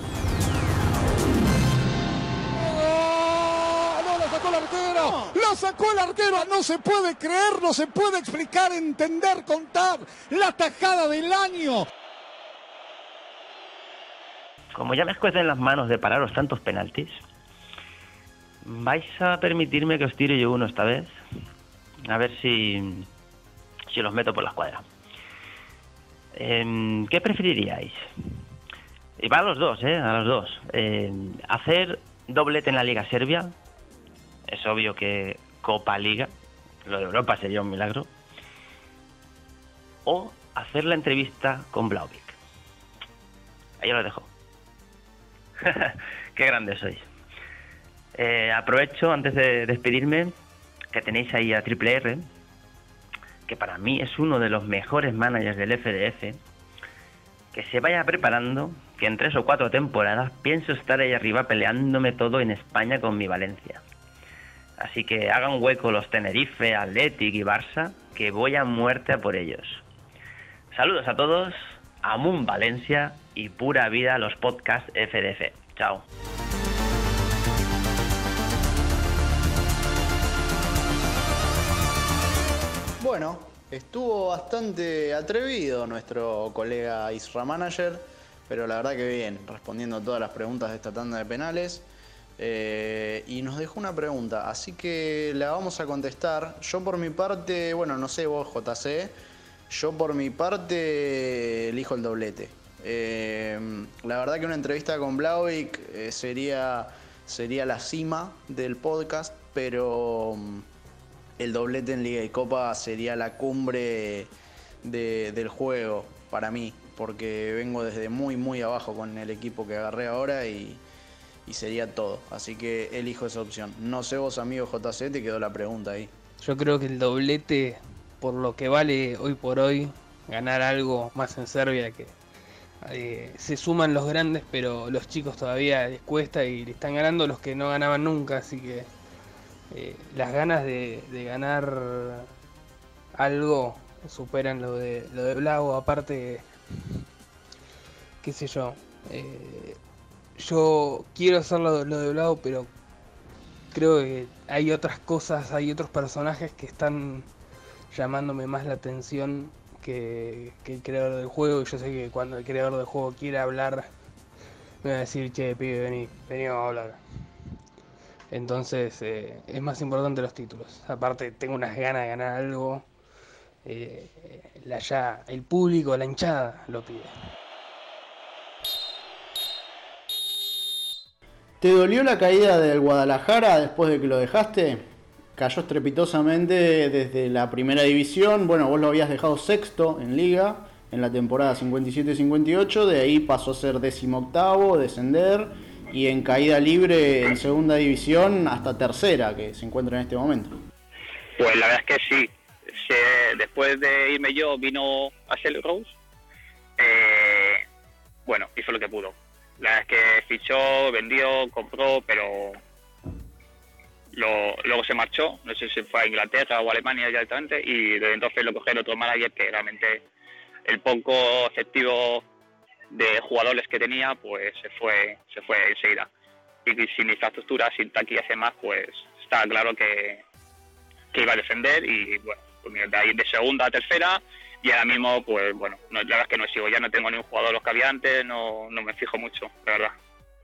¡Oh! ¡No, la sacó el arquero! ¡La sacó el arquero! No se puede creer, no se puede explicar, entender, contar. La tajada del año. Como ya me escuecen las manos de pararos tantos penaltis, ¿vais a permitirme que os tire yo uno esta vez? A ver si, si los meto por la escuadra. Eh, ¿Qué preferiríais? Y va a los dos, ¿eh? A los dos. Eh, ¿Hacer doblete en la Liga Serbia? Es obvio que Copa Liga. Lo de Europa sería un milagro. O hacer la entrevista con Blauvik. Ahí os lo dejo. Qué grandes sois. Eh, aprovecho antes de despedirme que tenéis ahí a Triple R, que para mí es uno de los mejores managers del F D F, que se vaya preparando, que en tres o cuatro temporadas pienso estar ahí arriba peleándome todo en España con mi Valencia. Así que hagan hueco los Tenerife, Athletic y Barça, que voy a muerte a por ellos. Saludos a todos, Amun Valencia y pura vida a los podcasts F D F. Chao. Bueno, estuvo bastante atrevido nuestro colega Isra Manager, pero la verdad que bien, respondiendo a todas las preguntas de esta tanda de penales. Eh, y nos dejó una pregunta, así que la vamos a contestar. Yo por mi parte, bueno, no sé vos, J C, yo por mi parte elijo el doblete. Eh, la verdad que una entrevista con Blauvik eh, sería, sería la cima del podcast, pero el doblete en Liga y Copa sería la cumbre de, del juego para mí, porque vengo desde muy muy abajo con el equipo que agarré ahora y, y sería todo, así que elijo esa opción. No sé vos, amigo J C, te quedó la pregunta ahí. Yo creo que el doblete, por lo que vale hoy por hoy, ganar algo más en Serbia, que eh, se suman los grandes, pero los chicos todavía les cuesta y le están ganando los que no ganaban nunca, así que eh, las ganas de, de ganar algo superan lo de lo de Blau. Aparte, qué sé yo, eh, yo quiero hacer lo, lo de Blau, pero creo que hay otras cosas, hay otros personajes que están llamándome más la atención que, que el creador del juego. Y yo sé que cuando el creador del juego quiere hablar, me va a decir, che, pibe, vení, vení, vamos a hablar. Entonces, eh, es más importante los títulos. Aparte, tengo unas ganas de ganar algo. Eh, la ya, el público, la hinchada lo pide. ¿Te dolió la caída del Guadalajara después de que lo dejaste? cayó estrepitosamente desde la primera división. Bueno, vos lo habías dejado sexto en liga en la temporada cincuenta y siete cincuenta y ocho, de ahí pasó a ser decimoctavo, descender, y en caída libre en segunda división hasta tercera, que se encuentra en este momento. Pues la verdad es que sí. Se, después de irme yo vino a Shell Rose, eh, bueno, hizo lo que pudo. La verdad es que fichó, vendió, compró, pero lo, luego se marchó, no sé si fue a Inglaterra o a Alemania directamente, y desde entonces lo cogió otro manager que realmente el poco efectivo de jugadores que tenía, pues se fue se fue enseguida. Y sin infraestructura, sin taquillas y demás, pues está claro que, que iba a defender, y bueno, pues de ahí de segunda a tercera, y ahora mismo, pues bueno, no, la verdad es que no sigo, ya no tengo ni un jugador los que había antes, no, no me fijo mucho, la verdad.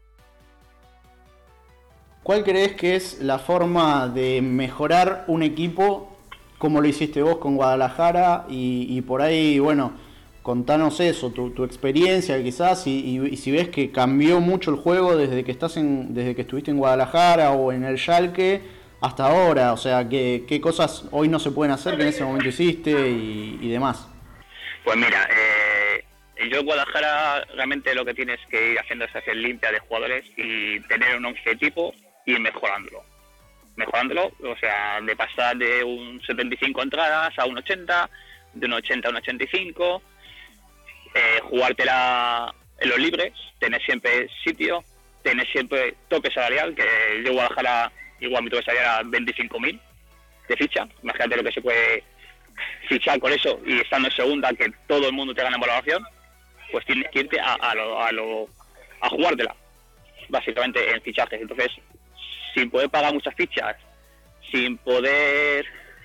¿Cuál crees que es la forma de mejorar un equipo como lo hiciste vos con Guadalajara? Y, y por ahí, bueno, contanos eso, tu, tu experiencia quizás, y, y, y si ves que cambió mucho el juego desde que estás en, desde que estuviste en Guadalajara o en el Schalke hasta ahora, o sea, ¿qué, qué cosas hoy no se pueden hacer que en ese momento hiciste y, y demás? Pues mira, eh, yo en Guadalajara realmente lo que tienes que ir haciendo es hacer limpia de jugadores y tener un once tipo y ir mejorándolo. Mejorándolo, o sea, de pasar de un setenta y cinco entradas a un ochenta, de un ochenta a un ochenta y cinco, eh, jugártela en los libres, tener siempre sitio, tener siempre tope salarial, que yo en Guadalajara igual mi tope salarial era veinticinco mil de ficha. Imagínate lo que se puede fichar con eso, y estando en segunda, que todo el mundo te gana en valoración, pues tienes que irte a, a, lo, a, lo, a jugártela, básicamente en fichajes. Entonces, sin poder pagar muchas fichas, sin poder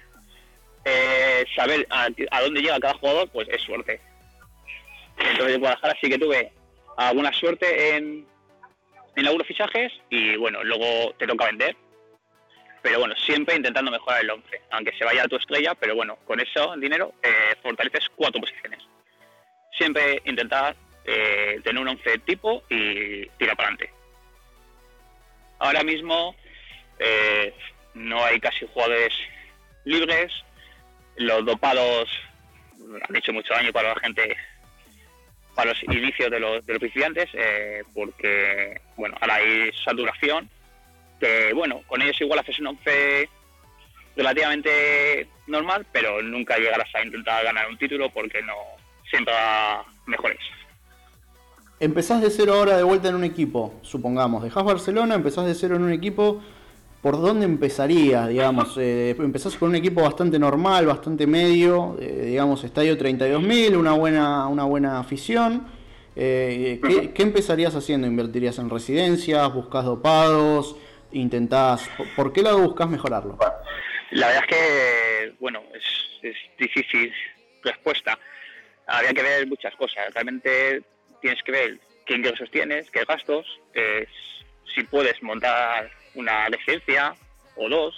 eh, saber a, a dónde llega cada jugador, pues es suerte. Entonces en Guadalajara sí que tuve alguna suerte en, en algunos fichajes, y bueno, luego te toca vender. Pero bueno, siempre intentando mejorar el once, aunque se vaya a tu estrella, pero bueno, con eso dinero eh, fortaleces cuatro posiciones. Siempre intentar eh, tener un once tipo y tirar para adelante. Ahora mismo eh, no hay casi jugadores libres, los dopados han hecho mucho daño para la gente, para los inicios de los, de los principiantes, eh, porque bueno, ahora hay saturación, que bueno, con ellos igual haces un once relativamente normal, pero nunca llegarás a intentar ganar un título porque no siempre va mejores. Empezás de cero ahora de vuelta en un equipo, supongamos, dejás Barcelona, empezás de cero en un equipo, ¿por dónde empezarías, digamos? Eh, empezás con un equipo bastante normal, bastante medio, eh, digamos, estadio treinta y dos mil, una buena, una buena afición. Eh, ¿qué, ¿Qué empezarías haciendo? ¿Invertirías en residencias? ¿Buscás dopados? ¿Intentás? ¿Por qué lado buscás mejorarlo? La verdad es que, bueno, es, es difícil respuesta. Habría que ver muchas cosas. Realmente tienes que ver qué ingresos tienes, qué gastos, eh, si puedes montar una residencia o dos,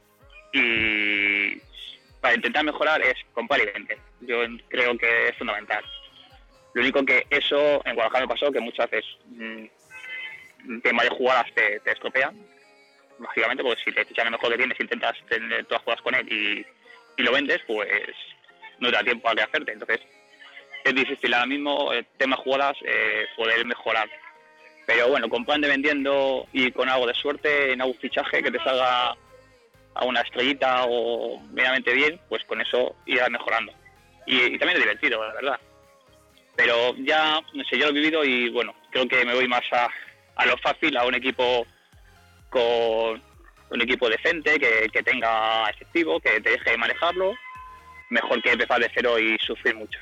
y para intentar mejorar es comprar y vender. Yo creo que es fundamental. Lo único que eso en Guadalajara me pasó, que muchas veces mmm, el tema de jugadas te, te estropean, lógicamente, porque si te fichan el mejor que tienes, intentas tener todas las jugadas con él y, y lo vendes, pues no te da tiempo a rehacerte. Entonces es difícil ahora mismo el tema jugadas eh, poder mejorar. Pero bueno, comprando y vendiendo y con algo de suerte en algún fichaje que te salga a una estrellita o medianamente bien, pues con eso irás mejorando. Y, y también es divertido, la verdad. Pero ya, no sé, yo lo he vivido y bueno, creo que me voy más a, a lo fácil, a un equipo con un equipo decente, que, que tenga efectivo, que te deje manejarlo, mejor que empezar de cero y sufrir mucho.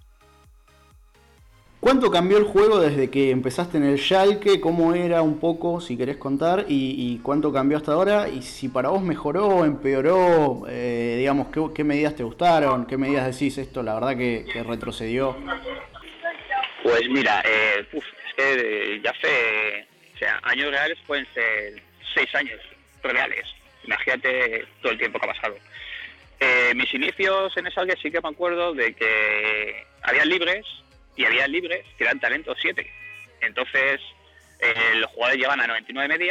¿Cuánto cambió el juego desde que empezaste en el Schalke? ¿Cómo era un poco, si querés contar? ¿Y, y cuánto cambió hasta ahora? Y si para vos mejoró, empeoró, eh, digamos, ¿qué, ¿qué medidas te gustaron? ¿Qué medidas decís esto? La verdad que, que retrocedió. Pues mira, eh, uf, es que eh, ya hace, o sea, años reales pueden ser seis años reales. Imagínate todo el tiempo que ha pasado. Eh, mis inicios en Schalke sí que me acuerdo de que había libres, y había libres que eran talento siete. Entonces, eh, los jugadores llegan a noventa y nueve media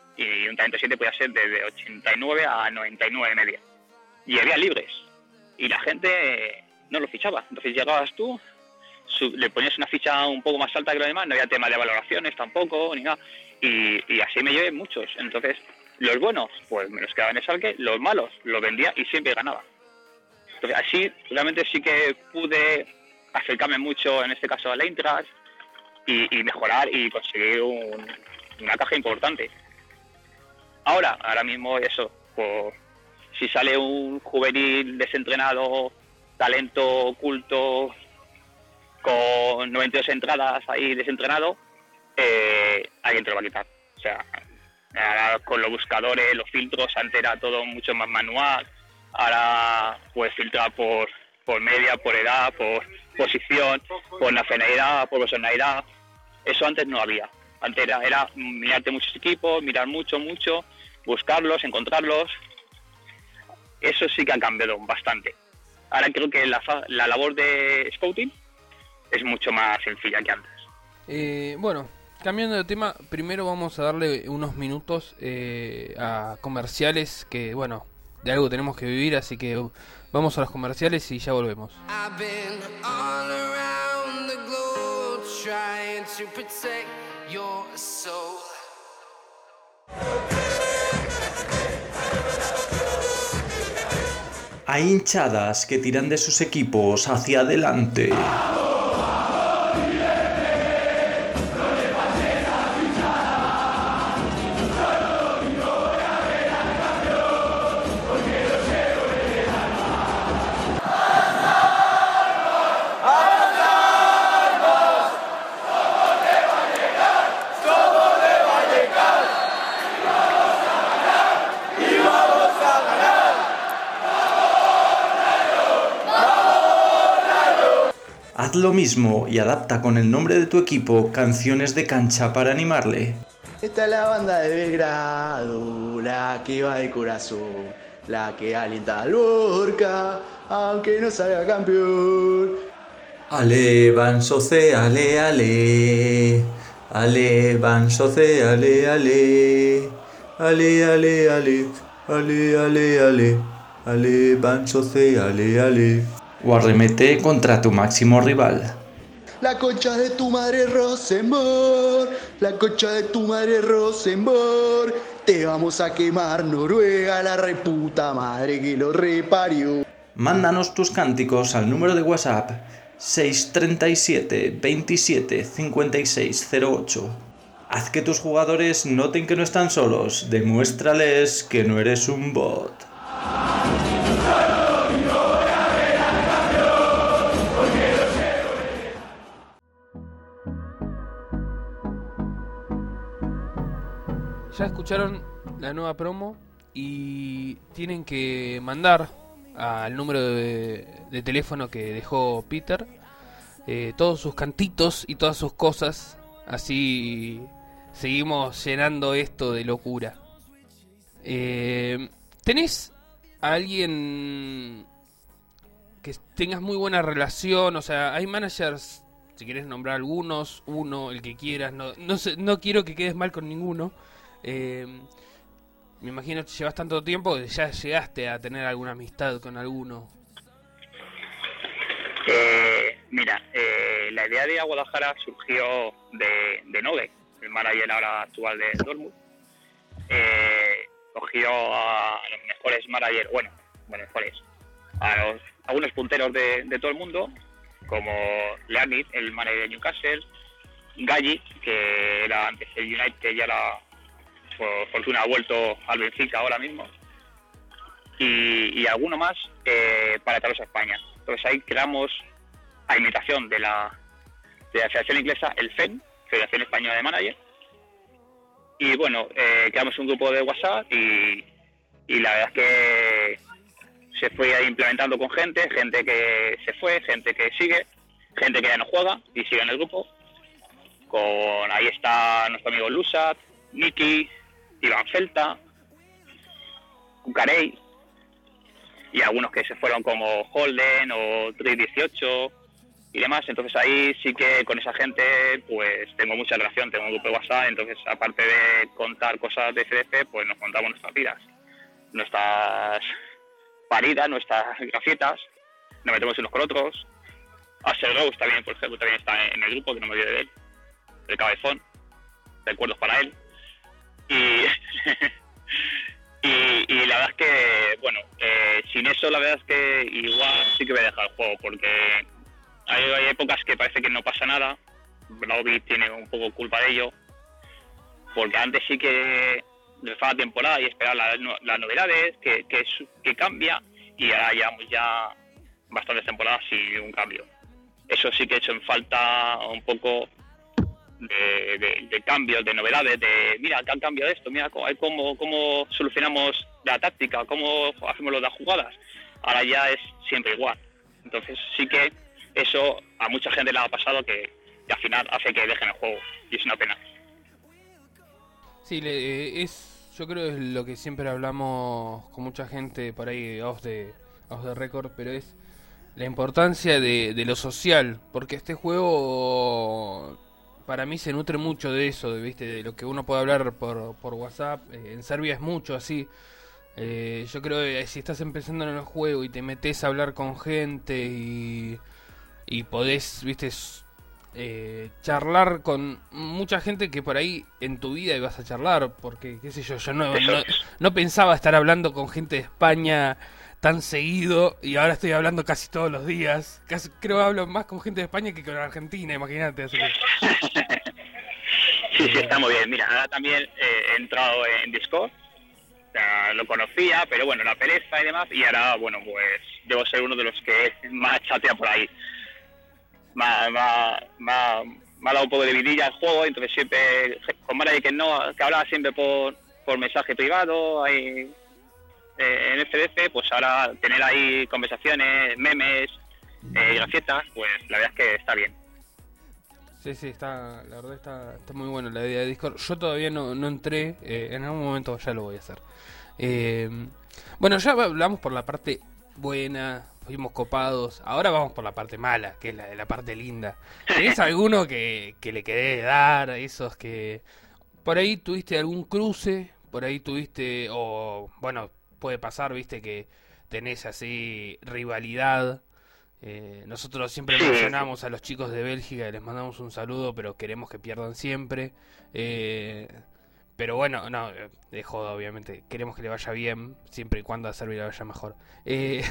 y un talento siete podía ser desde ochenta y nueve a noventa y nueve de media. Y había libres, y la gente no lo fichaba. Entonces llegabas tú, su, le ponías una ficha un poco más alta que los demás, no había tema de valoraciones tampoco, ni nada, y, y así me llevé muchos. Entonces, los buenos, pues me los quedaba en el Schalke, los malos los vendía y siempre ganaba. Entonces, así realmente sí que pude acercarme mucho, en este caso, al Eintracht, y, y mejorar y conseguir un, una caja importante. Ahora, ahora mismo eso, pues, si sale un juvenil desentrenado, talento oculto, con noventa y dos entradas ahí desentrenado, eh, alguien te lo va a quitar. O sea, ahora con los buscadores, los filtros, antes era todo mucho más manual, ahora puedes filtrar por, por media, por edad, por posición, por nacionalidad, por personalidad. Eso antes no había. Antes era, era mirarte muchos equipos, mirar mucho, mucho, buscarlos, encontrarlos. Eso sí que ha cambiado bastante. Ahora creo que la, la labor de scouting es mucho más sencilla que antes. Eh, bueno, cambiando de tema, primero vamos a darle unos minutos eh, a comerciales, que bueno, de algo tenemos que vivir, así que vamos a los comerciales y ya volvemos. I've been all around the globe trying to protect your soul. Hay hinchadas que tiran de sus equipos hacia adelante. Haz lo mismo y adapta con el nombre de tu equipo canciones de cancha para animarle. Esta es la banda de Belgrado, la que va de corazón, la que alienta al Lorca, aunque no salga campeón. Ale, Bansoce, ale, ale, ale, Bansoce, ale, ale, ale, ale, ale, ale, ale, ale, ale, Bansoce, ale, ale. O arremete contra tu máximo rival. La concha de tu madre Rosenborg, la concha de tu madre Rosenborg, te vamos a quemar Noruega, la reputa madre que lo reparió. Mándanos tus cánticos al número de WhatsApp seis treinta y siete veintisiete cincuenta y seis cero ocho. Haz que tus jugadores noten que no están solos, demuéstrales que no eres un bot. Ya escucharon la nueva promo y tienen que mandar al número de, de teléfono que dejó Peter eh, todos sus cantitos y todas sus cosas, así seguimos llenando esto de locura. Eh, ¿Tenés a alguien que tengas muy buena relación? O sea, hay managers, si quieres nombrar algunos, uno, el que quieras, no, no, sé, no quiero que quedes mal con ninguno. Eh, me imagino que llevas tanto tiempo que ya llegaste a tener alguna amistad con alguno. Eh, mira, eh, la idea de ir a Guadalajara surgió de, de Nove, el manager ahora actual de Dortmund. Eh, cogió a los mejores managers, bueno, bueno, mejores, a los, algunos punteros de, de todo el mundo, como Leonid, el manager de Newcastle, Galli, que era antes el United, ya la por fortuna ha vuelto al Benfica ahora mismo, y, y alguno más eh, para traerlos a España. Entonces ahí creamos, a imitación de la, de la Federación Inglesa, el F E N, Federación Española de Manager, y bueno, eh, creamos un grupo de WhatsApp y, y la verdad es que se fue ahí implementando con gente, gente que se fue, gente que sigue, gente que ya no juega y sigue en el grupo. Con ahí está nuestro amigo Lusat, Miki, Iván Felta, Cucarey y algunos que se fueron como Holden o tres dieciocho y demás. Entonces ahí sí que con esa gente pues tengo mucha relación, tengo un grupo de WhatsApp, entonces aparte de contar cosas de C D P, pues nos contamos nuestras vidas, nuestras paridas, nuestras grafietas, nos metemos unos con otros. Axel Rose también, por ejemplo, también está en el grupo, que no me olvidé de él, el cabezón, recuerdos para él. Y, y, y la verdad es que, bueno, eh, sin eso la verdad es que igual sí que voy a dejar el juego, porque hay, hay épocas que parece que no pasa nada. Blauvik tiene un poco culpa de ello, porque antes sí que dejaba la temporada y esperaba las la novedades, que, que, que cambia, y ahora llevamos ya bastantes temporadas sin un cambio. Eso sí que he hecho en falta un poco de, de, de cambios, de novedades, de mira, que han cambiado esto, mira cómo, cómo, cómo solucionamos la táctica, cómo hacemos las jugadas. Ahora ya es siempre igual. Entonces sí que eso a mucha gente le ha pasado que, que al final hace que dejen el juego, y es una pena. Sí, le, es, yo creo que es lo que siempre hablamos con mucha gente por ahí off de, off the record, pero es la importancia de, de lo social, porque este juego para mí se nutre mucho de eso, de, ¿viste? De lo que uno puede hablar por, por WhatsApp. Eh, en Serbia es mucho así. Eh, yo creo que si estás empezando en el juego y te metes a hablar con gente y, y podés, viste, eh, charlar con mucha gente que por ahí en tu vida ibas a charlar, porque qué sé yo, yo no, no, no pensaba estar hablando con gente de España tan seguido, y ahora estoy hablando casi todos los días. Casi, creo que hablo más con gente de España que con Argentina, imagínate. Así que... Sí, sí, está muy bien. Mira, ahora también eh, he entrado en Discord. O sea, lo conocía, pero bueno, la pereza y demás, y ahora, bueno, pues debo ser uno de los que más chatea por ahí. Me ha, me ha, me ha, me ha dado un poco de vidilla al juego, entonces siempre, con Mara de que no, que hablaba siempre por, por mensaje privado, ahí, eh, en F D F, pues ahora tener ahí conversaciones, memes, eh, grafietas, pues la verdad es que está bien. Sí, sí, está, la verdad está, está muy bueno la idea de Discord. Yo todavía no, no entré, eh, en algún momento ya lo voy a hacer. Eh, bueno, ya hablamos por la parte buena, fuimos copados. Ahora vamos por la parte mala, que es la de la parte linda. ¿Tenés alguno que, que le querés dar? Esos que por ahí tuviste algún cruce, por ahí tuviste, o bueno, puede pasar, viste, que tenés así rivalidad. Eh, nosotros siempre sí. mencionamos a los chicos de Bélgica y les mandamos un saludo, pero queremos que pierdan siempre. Eh, pero bueno, no, de joda, obviamente. Queremos que le vaya bien, siempre y cuando a Serbia le vaya mejor. Eh,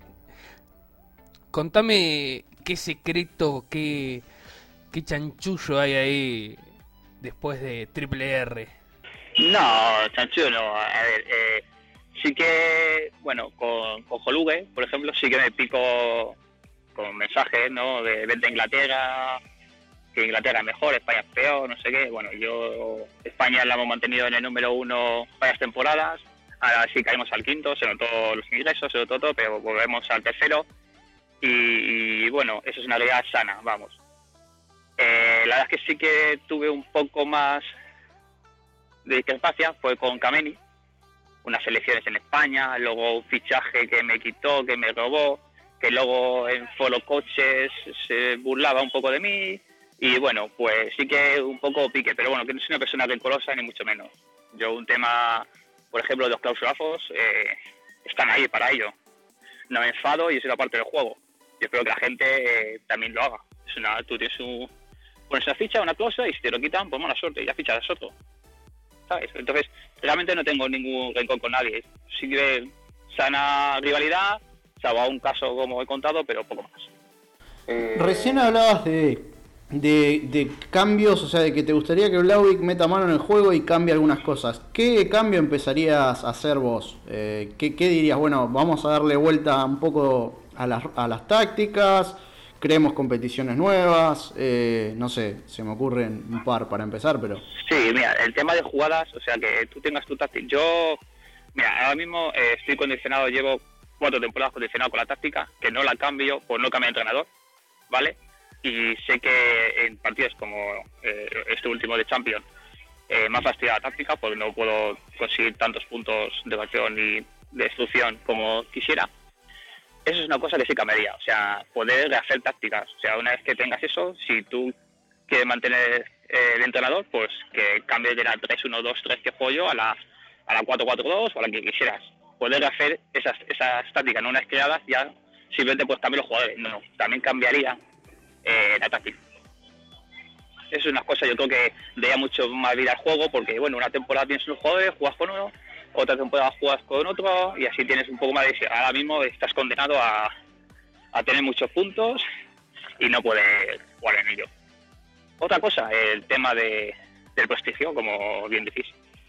contame qué secreto, qué, qué chanchullo hay ahí después de Triple R. No, chanchullo no. A ver, eh, sí que, bueno, con, con Jolugue, por ejemplo, sí que me pico con mensajes, ¿no? De vente a Inglaterra, que Inglaterra es mejor, España es peor, no sé qué. Bueno, yo, España la hemos mantenido en el número uno varias temporadas, ahora sí caímos al quinto, se notó los ingresos, se notó todo, pero volvemos al tercero, y, y bueno, eso es una realidad sana, vamos. Eh, la verdad es que sí que tuve un poco más de discrepancia, fue con Kameni, unas elecciones en España, luego un fichaje que me quitó, que me robó, que luego en Foro Coches se burlaba un poco de mí, y bueno, pues sí que un poco pique, pero bueno, que no soy una persona rencorosa ni mucho menos. Yo un tema, por ejemplo, de los clausurafos, eh, están ahí para ello. No me enfado y es una parte del juego. Yo espero que la gente eh, también lo haga. Es una, tú tienes un, pones una ficha, una cláusula, y si te lo quitan, pues mala suerte, y ya fichas otro. ¿Sabes? Entonces, realmente no tengo ningún rencor con nadie. Sí que sana rivalidad, salvo un caso como he contado, pero poco más. Eh... Recién hablabas de, de, de cambios, o sea, de que te gustaría que Blauvik meta mano en el juego y cambie algunas cosas. ¿Qué cambio empezarías a hacer vos? Eh, ¿qué, ¿Qué dirías? Bueno, vamos a darle vuelta un poco a las, a las tácticas, creemos competiciones nuevas, eh, no sé, se me ocurren un par para empezar, pero... Sí, mira, el tema de jugadas, o sea, que tú tengas tu táctica. Yo, mira, ahora mismo eh, estoy condicionado, llevo cuatro temporadas condicionado con la táctica, que no la cambio por no cambiar de entrenador, ¿vale? Y sé que en partidos como eh, este último de Champions eh, me ha fastidiado la táctica porque no puedo conseguir tantos puntos de evasión y de destrucción como quisiera. eso es una cosa que sí cambiaría, o sea, poder rehacer tácticas. O sea, una vez que tengas eso, si tú quieres mantener eh, el entrenador, pues que cambies de la tres uno dos tres que juego yo a la, a la cuatro cuatro dos o a la que quisieras. Poder hacer esas, esas tácticas, no unas creadas, ya simplemente pues cambiar los jugadores. No, no, también cambiaría eh, la táctica. Eso es una cosa, yo creo que daría mucho más vida al juego, porque bueno, una temporada tienes unos jugadores, juegas con uno, otra temporada juegas con otro, y así tienes un poco más de... Ahora mismo estás condenado a, a tener muchos puntos y no puedes jugar en ello. Otra cosa, el tema de, del prestigio, como bien decís.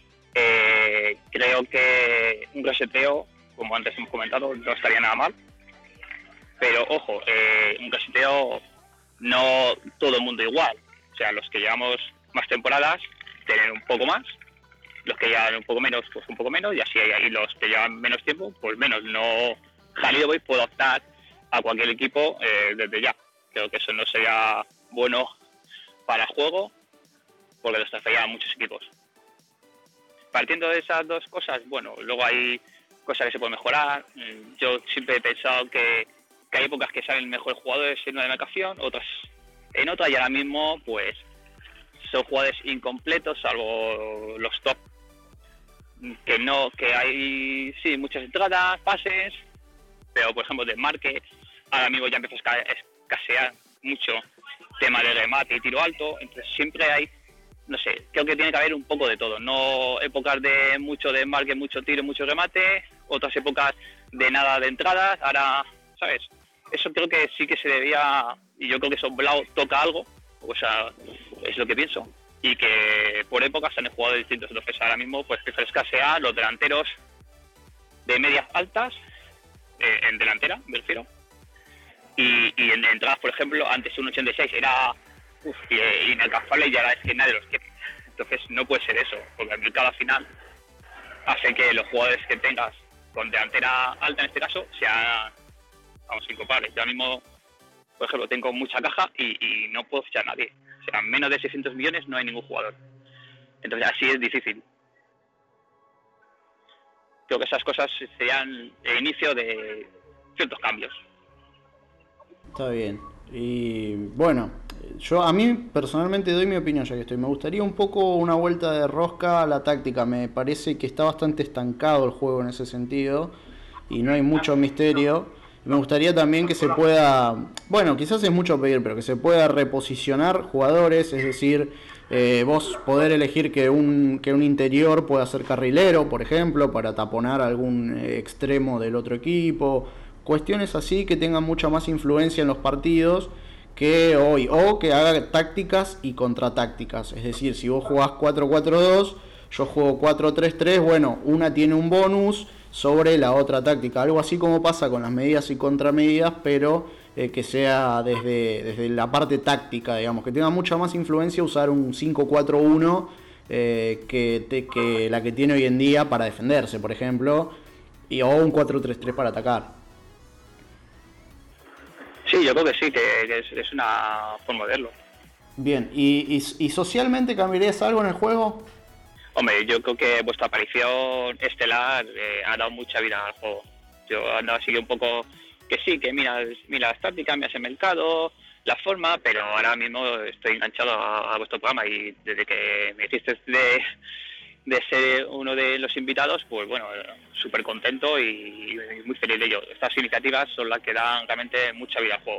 Eh, creo que un reseteo, como antes hemos comentado, no estaría nada mal. Pero ojo, eh, un reseteo no todo el mundo igual. O sea, los que llevamos más temporadas tienen un poco más, los que llevan un poco menos, pues un poco menos, y así y los que llevan menos tiempo, pues menos. No, Jalil Boy puede optar a cualquier equipo eh, desde ya. Creo que eso no sería bueno para el juego, porque lo estafaría a muchos equipos. Partiendo de esas dos cosas, bueno, luego hay cosas que se pueden mejorar. Yo siempre he pensado que, que hay épocas que salen mejores jugadores en una demarcación, otras en otra, y ahora mismo pues son jugadores incompletos, salvo los top, que no, que hay sí muchas entradas, pases, pero por ejemplo de marque, ahora mismo ya empieza a escasear mucho tema de remate y tiro alto, entonces siempre hay, no sé, creo que tiene que haber un poco de todo, no épocas de mucho de marque, mucho tiro, mucho remate, otras épocas de nada de entradas, ahora, ¿sabes? Eso creo que sí que se debía, y yo creo que eso Blau toca algo, o sea, es lo que pienso, y que por épocas se han jugado distintos. Entonces ahora mismo pues que escasea los delanteros de medias altas, eh, en delantera, me refiero, y, y en entradas, por ejemplo, antes un ochenta y seis era uf, inalcanzable y ahora es que nadie los quiere. Entonces no puede ser eso, porque el mercado final hace que los jugadores que tengas con delantera alta, en este caso, sean, vamos, incomparables. Yo ahora mismo, por ejemplo, tengo mucha caja y, y no puedo fichar a nadie. O sea, menos de seiscientos millones no hay ningún jugador. Entonces así es difícil. Creo que esas cosas serían el inicio de ciertos cambios. Está bien. Y bueno, yo a mí personalmente doy mi opinión ya que estoy. Me gustaría un poco una vuelta de rosca a la táctica. Me parece que está bastante estancado el juego en ese sentido y no hay mucho misterio. Me gustaría también que se pueda, bueno, quizás es mucho pedir, pero que se pueda reposicionar jugadores, es decir, eh, vos poder elegir que un que un interior pueda ser carrilero, por ejemplo, para taponar algún extremo del otro equipo, cuestiones así que tengan mucha más influencia en los partidos que hoy, o que haga tácticas y contratácticas, es decir, si vos jugás cuatro cuatro dos, yo juego cuatro tres tres, bueno, una tiene un bonus sobre la otra táctica, algo así como pasa con las medidas y contramedidas, pero eh, que sea desde, desde la parte táctica, digamos, que tenga mucha más influencia usar un cinco cuatro uno eh, que, te, que la que tiene hoy en día para defenderse, por ejemplo, y, o un cuatro tres tres para atacar. Sí, yo creo que sí, que, que es, es una forma de verlo. Bien, ¿y, y, y socialmente cambiarías algo en el juego? Hombre, yo creo que vuestra aparición estelar eh, ha dado mucha vida al juego. Yo andaba así un poco que sí, que mira, mira las tácticas, me has el mercado, la forma, pero ahora mismo estoy enganchado a, a vuestro programa y desde que me hiciste de, de ser uno de los invitados, pues bueno, súper contento y, y muy feliz de ello. Estas iniciativas son las que dan realmente mucha vida al juego.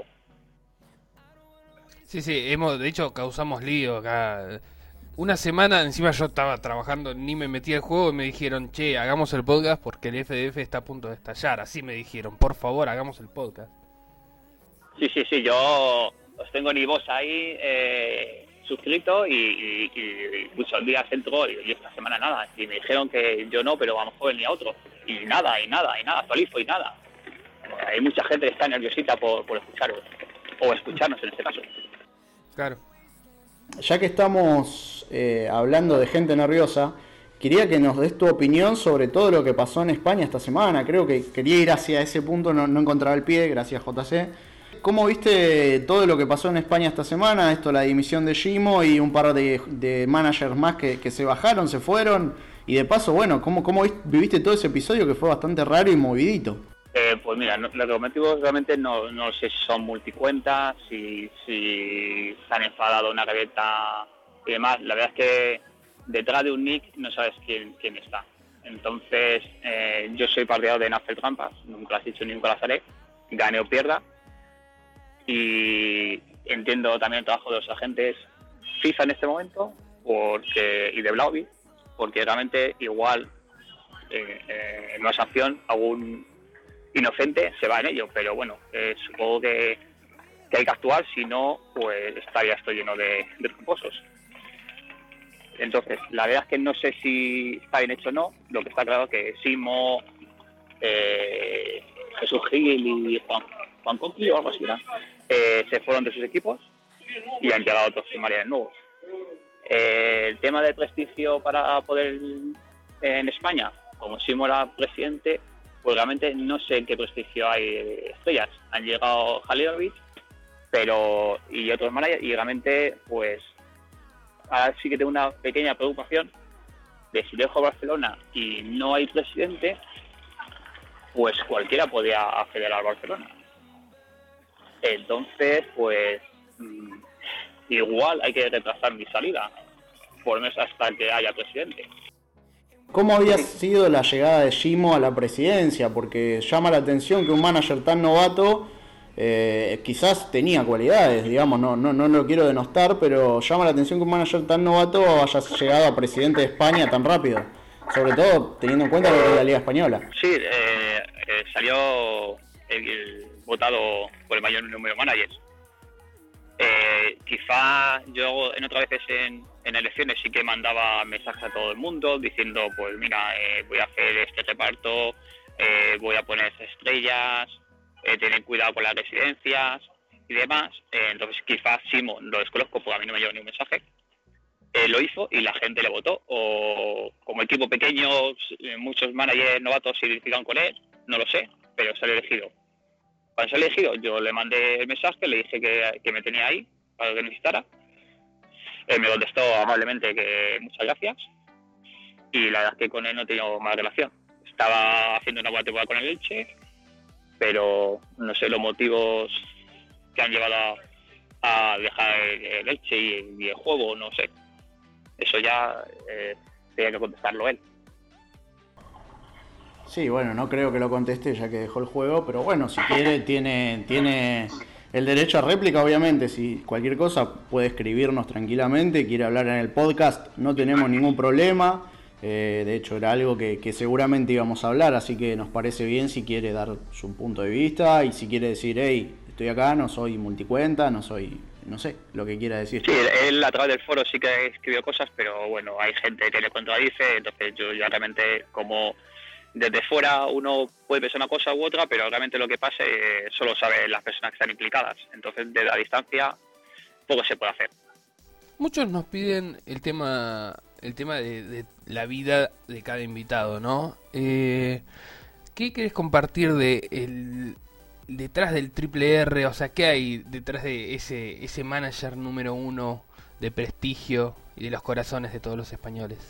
Sí, sí, hemos, de hecho causamos lío acá. Una semana encima yo estaba trabajando, ni me metí al juego y me dijeron, che, hagamos el podcast porque el F D F está a punto de estallar. Así me dijeron, por favor, hagamos el podcast. Sí, sí, sí, yo os tengo en iVoox ahí eh, suscrito y, y, y muchos días entro y, y esta semana nada. Y me dijeron que yo no, pero a lo mejor ni a otro. Y nada, y nada, y nada, actualizo y nada. Hay mucha gente que está nerviosita por, por escucharos, o escucharnos en este caso. Claro. Ya que estamos eh, hablando de gente nerviosa, quería que nos des tu opinión sobre todo lo que pasó en España esta semana. Creo que quería ir hacia ese punto, no, no encontraba el pie, gracias J C. ¿Cómo viste todo lo que pasó en España esta semana? Esto, la dimisión de Gimo y un par de, de managers más que, que se bajaron, se fueron. Y de paso, bueno, ¿cómo, cómo viviste todo ese episodio que fue bastante raro y movidito? Eh, pues mira, no, los motivos realmente no, no sé si son multicuentas, si, si se han enfadado una gaveta y demás. La verdad es que detrás de un nick no sabes quién, quién está. Entonces, eh, yo soy partidario de no hacer trampas, nunca las he hecho ni nunca las haré, gane o pierda. Y entiendo también el trabajo de los agentes FIFA en este momento porque y de Blaovic, porque realmente igual eh, eh, en una sanción algún inocente se va en ello, pero bueno, eh, supongo que, que hay que actuar, si no, pues estaría esto lleno de, de tramposos. Entonces, la verdad es que no sé si está bien hecho o no. Lo que está claro es que Simo, eh, Jesús Gil y Juan, Juan Coqui o algo así, ¿no? eh, se fueron de sus equipos y han llegado otros sumarios nuevos. Eh, el tema del prestigio para poder eh, en España, como Simo era presidente, pues realmente no sé qué prestigio hay de estrellas. Han llegado Halilovic, pero y otros managers, y realmente pues ahora sí que tengo una pequeña preocupación de si dejo Barcelona y no hay presidente, pues cualquiera podría acceder al Barcelona. Entonces, pues mmm, igual hay que retrasar mi salida, por lo menos hasta que haya presidente. ¿Cómo había sido la llegada de Simo a la presidencia? Porque llama la atención que un manager tan novato eh, quizás tenía cualidades, digamos, no, no, no lo quiero denostar, pero llama la atención que un manager tan novato haya llegado a presidente de España tan rápido, sobre todo teniendo en cuenta lo que es la Liga Española. Sí, eh, eh, salió el, el votado por el mayor número de managers. Eh, quizá yo en otras veces en, en elecciones sí que mandaba mensajes a todo el mundo diciendo, pues mira, eh, voy a hacer este reparto, eh, voy a poner estrellas, eh, tener cuidado con las residencias y demás. Eh, entonces quizás Simo, lo desconozco porque a mí no me llegó ni un mensaje, eh, lo hizo y la gente le votó. O como equipo pequeño, muchos managers novatos se identificaron con él, no lo sé, pero salió elegido. Cuando se ha elegido, yo le mandé el mensaje, le dije que, que me tenía ahí para lo que necesitara. Él me contestó amablemente que muchas gracias. Y la verdad es que con él no he tenido mala relación. Estaba haciendo una buena temporada con el Elche, pero no sé los motivos que han llevado a, a dejar el, el Elche y el, y el juego, no sé. Eso ya eh, tenía que contestarlo él. Sí, bueno, no creo que lo conteste ya que dejó el juego, pero bueno, si quiere tiene tiene el derecho a réplica, obviamente. Si cualquier cosa puede escribirnos tranquilamente, quiere hablar en el podcast, no tenemos ningún problema. Eh, de hecho era algo que, que seguramente íbamos a hablar, así que nos parece bien si quiere dar su punto de vista y si quiere decir, hey, estoy acá, no soy multicuenta, no soy, no sé, lo que quiera decir. Sí, él a través del foro sí que escribió cosas, pero bueno, hay gente que le contradice, entonces yo ya realmente como... Desde fuera uno puede pensar una cosa u otra, pero realmente lo que pase eh, solo saben las personas que están implicadas. Entonces, desde la distancia, poco se puede hacer. Muchos nos piden el tema el tema de, de la vida de cada invitado, ¿no? Eh, ¿Qué querés compartir de el detrás del Triple R? O sea, ¿qué hay detrás de ese ese manager número uno de prestigio y de los corazones de todos los españoles?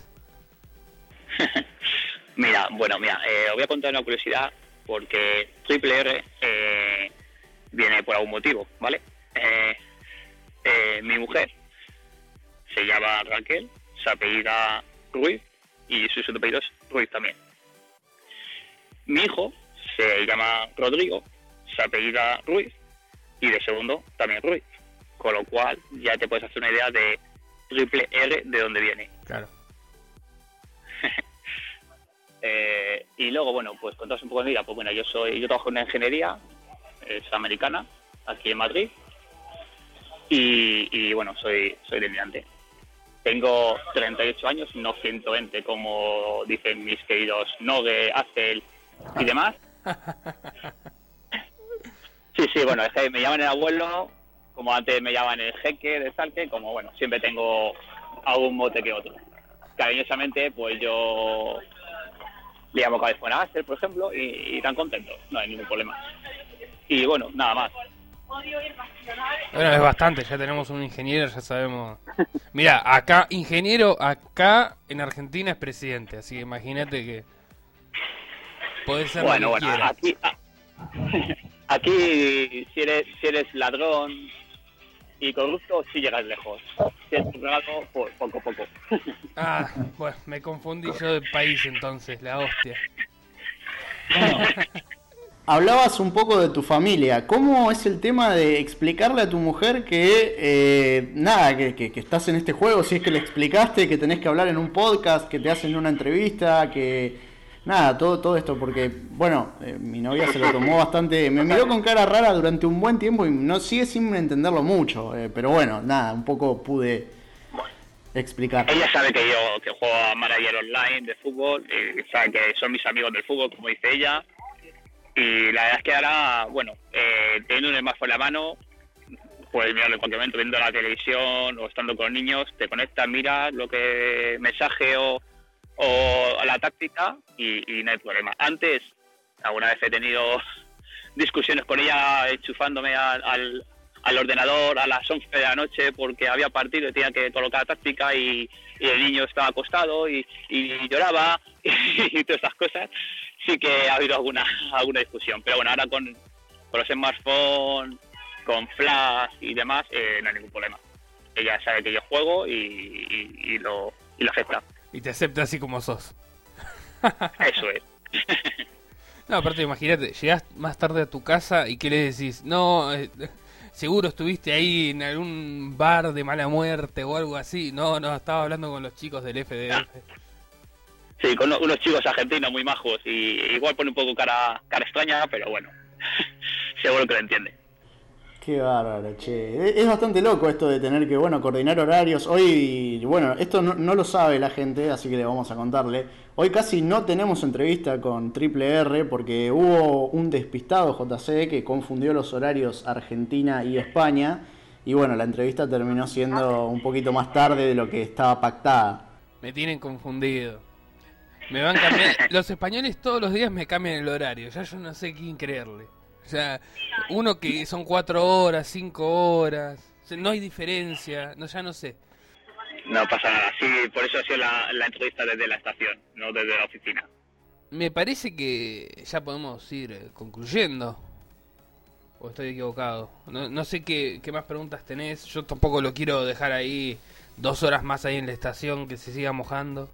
Mira, bueno, mira, eh, os voy a contar una curiosidad porque Triple R eh, viene por algún motivo, ¿vale? Eh, eh, mi mujer se llama Raquel, se apellida Ruiz y su segundo apellido es Ruiz también. Mi hijo se llama Rodrigo, se apellida Ruiz y de segundo también Ruiz, con lo cual ya te puedes hacer una idea de Triple R de dónde viene. Claro. Eh, y luego, bueno, pues contaros un poco de vida. Pues bueno, yo soy, yo trabajo en una ingeniería, es americana, aquí en Madrid, y, y bueno, soy soy delineante. Tengo treinta y ocho años, no ciento veinte como dicen mis queridos Nogue, Axel y demás. Sí, sí, bueno, es que me llaman el abuelo, como antes me llaman el jeque de Salque, como bueno, siempre tengo algún mote que otro. Cariñosamente, pues yo... le llamo Cabezón a Axel, por ejemplo, y, y tan contento, no hay ningún problema. Y bueno, nada más. Bueno, es bastante, ya tenemos un ingeniero, ya sabemos. Mira, acá, ingeniero, acá en Argentina es presidente, así que imagínate que podés ser bueno, lo que bueno, quieras. aquí, Aquí, si eres, si eres ladrón y corrupto, sí llegas lejos. Si eres honrado, pues poco a poco. Ah, bueno, me confundí yo de país entonces, la hostia. Bueno, hablabas un poco de tu familia. ¿Cómo es el tema de explicarle a tu mujer que, eh, nada, que, que, que estás en este juego? Si es que le explicaste que tenés que hablar en un podcast, que te hacen una entrevista, que... Nada, todo todo esto, porque, bueno, eh, mi novia se lo tomó bastante... Me miró con cara rara durante un buen tiempo y no sigue sin entenderlo mucho. Eh, pero bueno, nada, un poco pude explicar. Ella sabe que yo que juego a Manager Online de fútbol, y sabe que son mis amigos del fútbol, como dice ella. Y la verdad es que ahora, bueno, eh, teniendo un smartphone en la mano, puedes mirarlo en cualquier momento, viendo la televisión o estando con niños, te conectas, miras lo que mensaje o, o la táctica y, y no hay problema. Antes, alguna vez he tenido discusiones con ella enchufándome al, al, al ordenador a las once de la noche porque había partido y tenía que colocar la táctica y, y el niño estaba acostado y, y lloraba y, y todas esas cosas. Sí que ha habido alguna alguna discusión, pero bueno, ahora con, con los smartphones, con Flash y demás, eh, no hay ningún problema. Ella sabe que yo juego y, y, y, lo, y lo acepta. Y te acepta así como sos. Eso es. No, aparte imagínate, llegás más tarde a tu casa y ¿qué le decís? No, eh, seguro estuviste ahí en algún bar de mala muerte o algo así. No, no, estaba hablando con los chicos del F D F. No. Sí, con unos chicos argentinos muy majos y igual pone un poco cara cara extraña, pero bueno, seguro que lo entiende. Qué bárbaro, che. Es bastante loco esto de tener que, bueno, coordinar horarios. Hoy, bueno, esto no, no lo sabe la gente, así que le vamos a contarle. Hoy casi no tenemos entrevista con Triple R porque hubo un despistado J C que confundió los horarios Argentina y España. Y bueno, la entrevista terminó siendo un poquito más tarde de lo que estaba pactada. Me tienen confundido. Me van cambiando. Los españoles todos los días me cambian el horario. Ya yo no sé quién creerle. O sea, uno que son cuatro horas, cinco horas. O sea, no hay diferencia. No, ya no sé. No pasa nada. Sí, por eso ha sido la, la entrevista desde la estación, no desde la oficina. Me parece que ya podemos ir concluyendo. ¿O estoy equivocado? No, no sé qué, qué más preguntas tenés. Yo tampoco lo quiero dejar ahí dos horas más ahí en la estación que se siga mojando.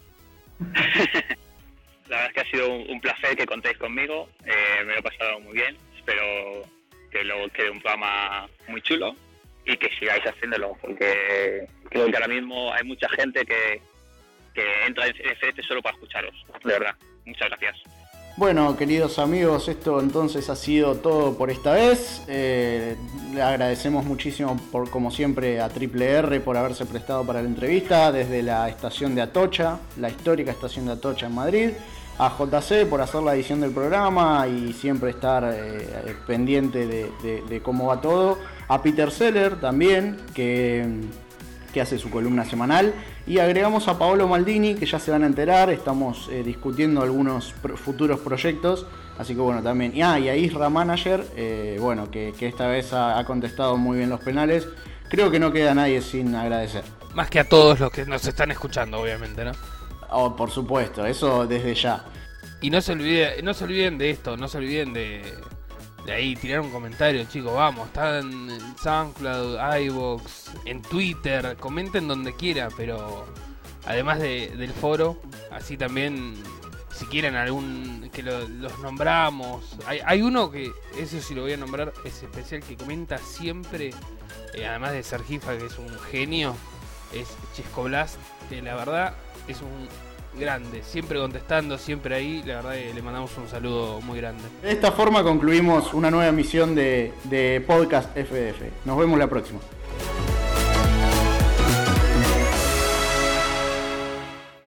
La verdad es que ha sido un, un placer que contéis conmigo, eh, me lo he pasado muy bien, espero que luego quede un programa muy chulo y que sigáis haciéndolo, porque creo que ahora mismo hay mucha gente que, que entra en F D F solo para escucharos, de verdad, muchas gracias. Bueno, queridos amigos, esto entonces ha sido todo por esta vez. Eh, le agradecemos muchísimo, por como siempre, a Triple R por haberse prestado para la entrevista desde la estación de Atocha, la histórica estación de Atocha en Madrid. A J C por hacer la edición del programa y siempre estar eh, pendiente de, de, de cómo va todo. A Peter Seller también, que... que hace su columna semanal, y agregamos a Paolo Maldini, que ya se van a enterar, estamos eh, discutiendo algunos pro- futuros proyectos, así que bueno, también, y, ah, y a Isra Manager, eh, bueno, que, que esta vez ha, ha contestado muy bien los penales, creo que no queda nadie sin agradecer. Más que a todos los que nos están escuchando, obviamente, ¿no? Oh, por supuesto, eso desde ya. Y no se olviden, no se olviden de esto, no se olviden de... De ahí, tirar un comentario, chicos, vamos, están en SoundCloud, iVoox, en Twitter, comenten donde quiera, pero además de, del foro, así también, si quieren algún, que lo, los nombramos, hay, hay uno que, eso sí lo voy a nombrar, es especial, que comenta siempre, eh, además de Sergifa, que es un genio, es Chisco Blast, que la verdad es un... grande, siempre contestando, siempre ahí, la verdad que le mandamos un saludo muy grande. De esta forma concluimos una nueva emisión de, de Podcast F D F. Nos vemos la próxima.